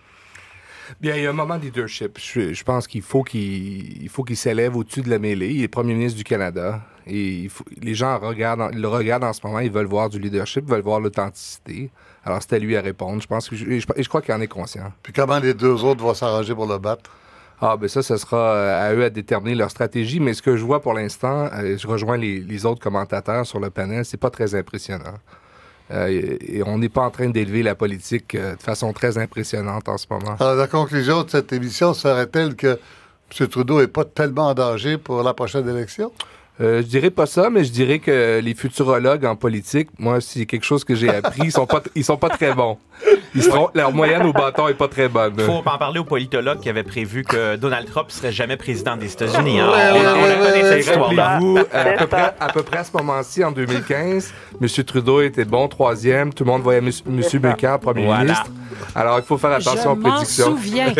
Bien, il y a un moment de leadership. Je, je pense qu'il faut qu'il, il faut qu'il s'élève au-dessus de la mêlée. Il est premier ministre du Canada. Et il faut, les gens regardent, le regardent en ce moment, ils veulent voir du leadership, ils veulent voir l'authenticité. Alors, c'est à lui à répondre. Je pense que je, je, je crois qu'il en est conscient. Puis comment les deux autres vont s'arranger pour le battre? Ah, ben ça, ce sera à eux à déterminer leur stratégie. Mais ce que je vois pour l'instant, je rejoins les, les autres commentateurs sur le panel, c'est pas très impressionnant. Euh, et, et on n'est pas en train d'élever la politique euh, de façon très impressionnante en ce moment. Alors, la conclusion de cette émission serait-elle que M. Trudeau n'est pas tellement en danger pour la prochaine élection? Euh, je dirais pas ça, mais je dirais que les futurologues en politique, moi, c'est quelque chose que j'ai appris, ils sont pas, ils sont pas très bons. Ils seront, leur moyenne au bâton est pas très bonne. Il faut en parler aux politologues qui avaient prévu que Donald Trump serait jamais président des États-Unis. Hein? Ouais, on, ouais, on ouais, la connaît, ouais, cette histoire-là. Rappelez-vous, à peu, près, à peu près à ce moment-ci, en deux mille quinze, M. Trudeau était bon troisième, tout le monde voyait M. Mulcair premier voilà. ministre. Alors, il faut faire attention Je aux prédictions. Je m'en souviens.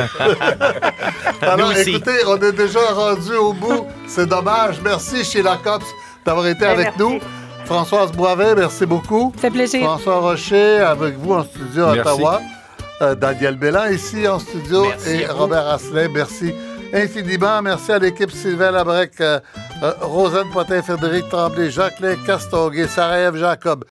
Alors, écoutez, on est déjà rendu au bout. C'est dommage. Merci, Sheila Copps, d'avoir été avec merci. nous. Françoise Boivin, merci beaucoup. Ça fait plaisir. François Rocher, avec vous en studio à Ottawa. Euh, Daniel Bélan, ici en studio. Merci et Robert Asselin, merci infiniment. Merci à l'équipe Sylvain Labrec, euh, euh, Rosanne Potin, Frédéric Tremblay, Jacqueline Castonguay, Sarah-Ève Jacob,